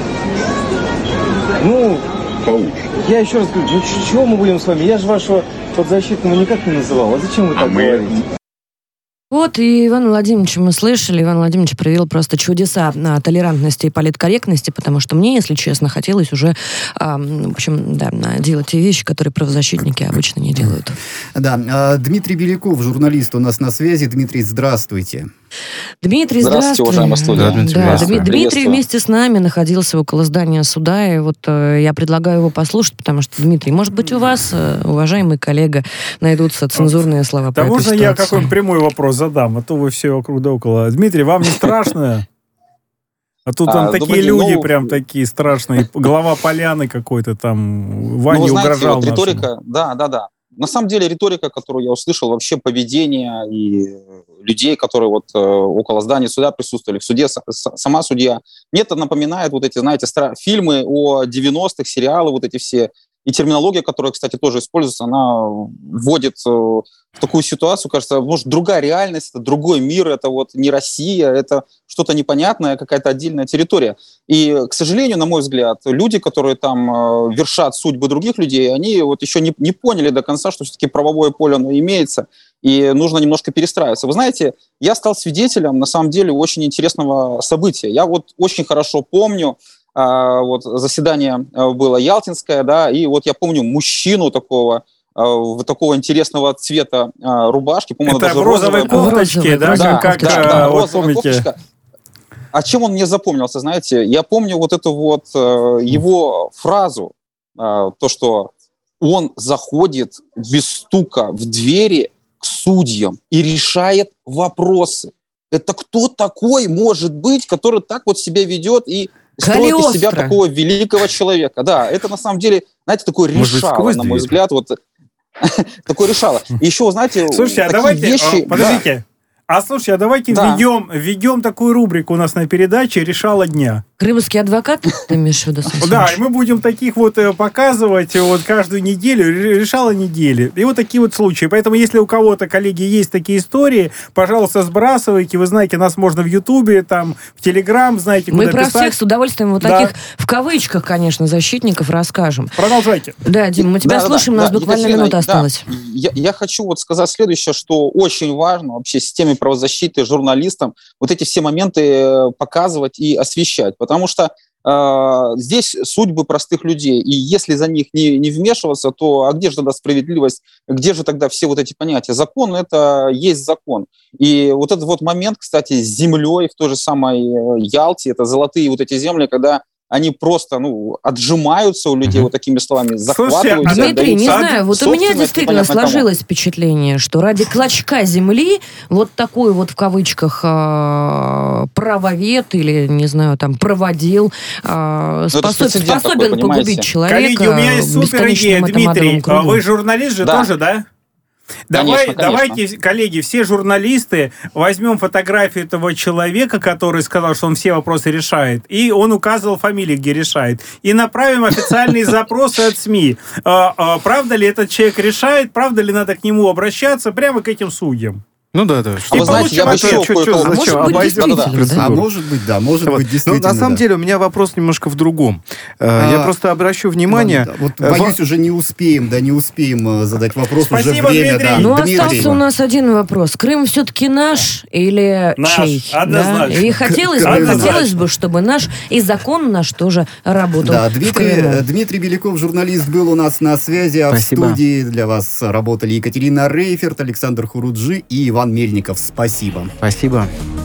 Speaker 12: Ну,
Speaker 11: получит.
Speaker 12: Я еще раз говорю, ну чего мы будем с вами? Я же вашего подзащитного никак не называл. А зачем вы так а говорите? Мы...
Speaker 1: Вот, и Ивана Владимировича мы слышали. Иван Владимирович проявил просто чудеса а, толерантности и политкорректности, потому что мне, если честно, хотелось уже, а, в общем, да, делать те вещи, которые правозащитники обычно не делают.
Speaker 5: Да, Дмитрий Беляков, журналист, у нас на связи. Дмитрий, здравствуйте.
Speaker 1: Дмитрий,
Speaker 13: здравствуйте. Здравствуйте, уважаемая студия.
Speaker 1: Да, Дмитрий, да, Дмитрий, Дмитрий вместе с нами находился около здания суда, и вот э, я предлагаю его послушать, потому что, Дмитрий, может быть, у вас, э, уважаемый коллега, найдутся цензурные слова
Speaker 2: да
Speaker 1: по
Speaker 2: можно
Speaker 1: этой
Speaker 2: я
Speaker 1: ситуации?
Speaker 2: какой-нибудь прямой вопрос задам, а то вы все вокруг да около. Дмитрий, вам не страшно? А тут там а, такие люди ну, прям такие страшные. Глава поляны какой-то там, Ваня ну, знаете, угрожал вот
Speaker 13: риторика, да, да, да. На самом деле риторика, которую я услышал, вообще поведение и людей, которые вот э, около здания суда присутствовали, в суде с, с, сама судья, мне это напоминает вот эти, знаете, стра- фильмы о девяностых, сериалы вот эти все. И терминология, которая, кстати, тоже используется, она вводит э, в такую ситуацию, кажется, может, другая реальность, это другой мир, это вот не Россия, это что-то непонятное, какая-то отдельная территория. И, к сожалению, на мой взгляд, люди, которые там э, вершат судьбы других людей, они вот еще не, не поняли до конца, что все-таки правовое поле, оно имеется, и нужно немножко перестраиваться. Вы знаете, я стал свидетелем, на самом деле, очень интересного события. Я вот очень хорошо помню, Uh, вот заседание uh, было ялтинское, да, и вот я помню мужчину такого, uh, такого интересного цвета uh, рубашки, по-моему,
Speaker 2: это
Speaker 13: даже
Speaker 2: в розовой кофточке, да,
Speaker 13: да,
Speaker 2: как,
Speaker 13: да,
Speaker 2: как
Speaker 13: да,
Speaker 2: вот
Speaker 13: розовая
Speaker 2: помните.
Speaker 13: Кофточка. А чем он мне запомнился, знаете? Я помню вот эту вот uh, его фразу, uh, то, что он заходит без стука в двери к судьям и решает вопросы. Это кто такой может быть, который так вот себя ведет и строит из себя такого великого человека. Да, это на самом деле, знаете, такое решало, на мой взгляд, вот такое решало. И еще, знаете,
Speaker 2: слушайте, а давайте,
Speaker 13: вещи...
Speaker 2: подождите, да. А слушайте, а давайте да. введем, введем такую рубрику у нас на передаче «Решала дня».
Speaker 1: Крымский адвокат, ты имеешь в виду?
Speaker 2: Да, и мы будем таких вот показывать вот каждую неделю, решала недели. И вот такие вот случаи. Поэтому, если у кого-то, коллеги, есть такие истории, пожалуйста, сбрасывайте. Вы знаете, нас можно в Ютубе, там, в Телеграм, знаете, куда
Speaker 1: мы
Speaker 2: писать.
Speaker 1: Мы про всех с удовольствием вот да. таких, в кавычках, конечно, защитников расскажем.
Speaker 2: Продолжайте.
Speaker 1: Да, Дим, мы тебя да, слушаем, да, у нас да, буквально Екатерина, минута осталась.
Speaker 13: Да, я, я хочу вот сказать следующее, что очень важно вообще системе правозащиты, журналистам вот эти все моменты показывать и освещать. Потому что э, здесь судьбы простых людей, и если за них не, не вмешиваться, то а где же тогда справедливость, где же тогда все вот эти понятия? Закон – это есть закон. И вот этот вот момент, кстати, с землей в той же самой Ялте, это золотые вот эти земли, когда они просто, ну, отжимаются у людей mm-hmm. вот такими словами, захватываются.
Speaker 1: Слушай, Дмитрий, не знаю, вот у меня действительно сложилось кому. впечатление, что ради клочка земли вот такой вот в кавычках правовед или, не знаю, там, проводил способ, способен такой, погубить человека.
Speaker 2: Коллеги, у меня есть супер идея, Дмитрий. Вы журналист же да. тоже, да? Давай, конечно, конечно. Давайте, коллеги, все журналисты возьмем фотографию этого человека, который сказал, что он все вопросы решает, и он указывал фамилии, где решает, и направим официальные запросы от СМИ. Правда ли этот человек решает, правда ли надо к нему обращаться, прямо к этим судьям?
Speaker 6: Ну да, да.
Speaker 13: А вы знаете, я бы еще кое-что...
Speaker 1: А может быть, действительно, да?
Speaker 5: А может быть, да, может
Speaker 6: Вот.
Speaker 5: быть, действительно.
Speaker 6: Ну, на самом
Speaker 5: да.
Speaker 6: деле у меня вопрос немножко в другом.
Speaker 5: А,
Speaker 6: Я просто обращу внимание...
Speaker 5: Да, вот, боюсь, уже не успеем, да, не успеем задать вопрос.
Speaker 2: Спасибо,
Speaker 5: уже время,
Speaker 2: Дмитрий.
Speaker 5: да.
Speaker 1: Ну,
Speaker 5: Дмитрий.
Speaker 1: остался у нас один вопрос. Крым все-таки наш или
Speaker 2: Наш,
Speaker 1: чей?
Speaker 2: однозначно.
Speaker 1: Да? И хотелось бы,
Speaker 5: Однозначно.
Speaker 1: хотелось бы, чтобы наш и закон наш тоже работал
Speaker 5: Да,
Speaker 1: в
Speaker 5: Дмитрий,
Speaker 1: Крыму.
Speaker 5: Дмитрий Беляков, журналист, был у нас на связи, а
Speaker 6: Спасибо.
Speaker 5: в студии для вас работали Екатерина Рейферт, Александр Хуруджи и Иван Мельников. Спасибо.
Speaker 6: Спасибо.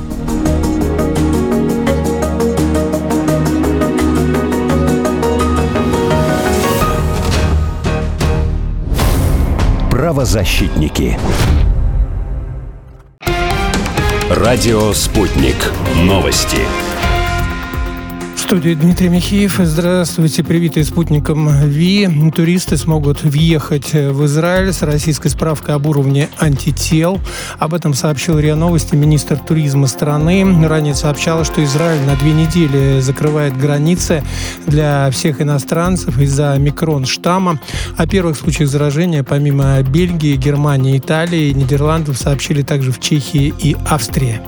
Speaker 4: Правозащитники. Радио «Спутник». Новости.
Speaker 9: В студии Дмитрий Михеев. Здравствуйте, привитые спутником ВИ. Туристы смогут въехать в Израиль с российской справкой об уровне антител. Об этом сообщил РИА Новости министр туризма страны. Ранее сообщалось, что Израиль на две недели закрывает границы для всех иностранцев из-за омикрон-штамма. О первых случаях заражения, помимо Бельгии, Германии, Италии и Нидерландов, сообщили также в Чехии и Австрии.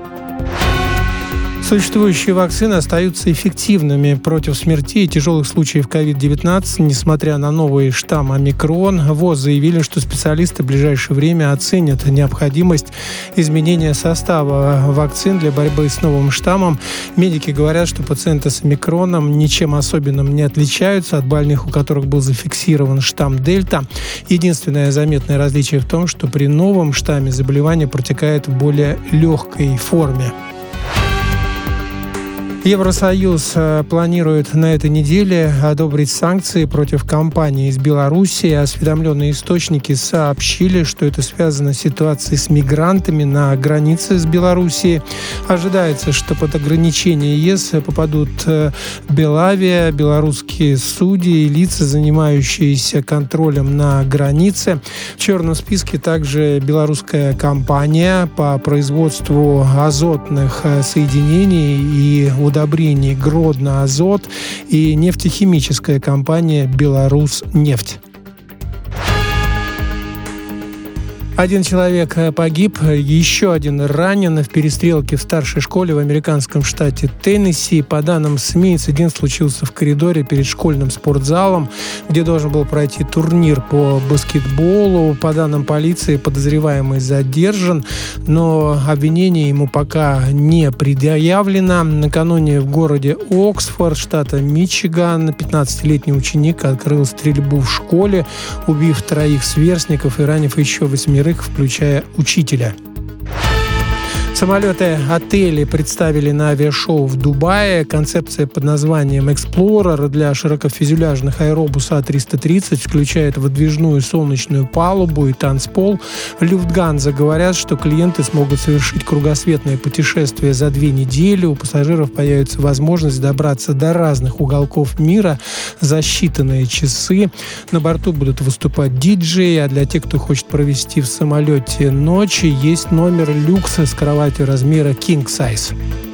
Speaker 9: Существующие вакцины остаются эффективными против смертей и тяжелых случаев ковид девятнадцать, несмотря на новый штамм омикрон. ВОЗ заявили, что специалисты в ближайшее время оценят необходимость изменения состава вакцин для борьбы с новым штаммом. Медики говорят, что пациенты с омикроном ничем особенным не отличаются от больных, у которых был зафиксирован штамм дельта. Единственное заметное различие в том, что при новом штамме заболевание протекает в более легкой форме. Евросоюз планирует на этой неделе одобрить санкции против компании из Беларуси. Осведомленные источники сообщили, что это связано с ситуацией с мигрантами на границе с Белоруссией. Ожидается, что под ограничения ЕС попадут Белавия, белорусские судьи и лица, занимающиеся контролем на границе. В черном списке также белорусская компания по производству азотных соединений и удобрений Гродно-Азот и нефтехимическая компания «Беларусьнефть». Один человек погиб, еще один ранен в перестрелке в старшей школе в американском штате Теннесси. По данным СМИ, инцидент случился в коридоре перед школьным спортзалом, где должен был пройти турнир по баскетболу. По данным полиции, подозреваемый задержан, но обвинение ему пока не предъявлено. Накануне в городе Оксфорд, штата Мичиган, пятнадцатилетний ученик открыл стрельбу в школе, убив троих сверстников и ранив еще восьмерых, включая учителя. Самолеты отели представили на авиашоу в Дубае. Концепция под названием Explorer для широкофюзеляжных аэробуса А триста тридцать включает выдвижную солнечную палубу и танцпол. Люфтганза говорят, что клиенты смогут совершить кругосветное путешествие за две недели. У пассажиров появится возможность добраться до разных уголков мира за считанные часы. На борту будут выступать диджеи, а для тех, кто хочет провести в самолете ночь, есть номер люкса с кроватью размера king size.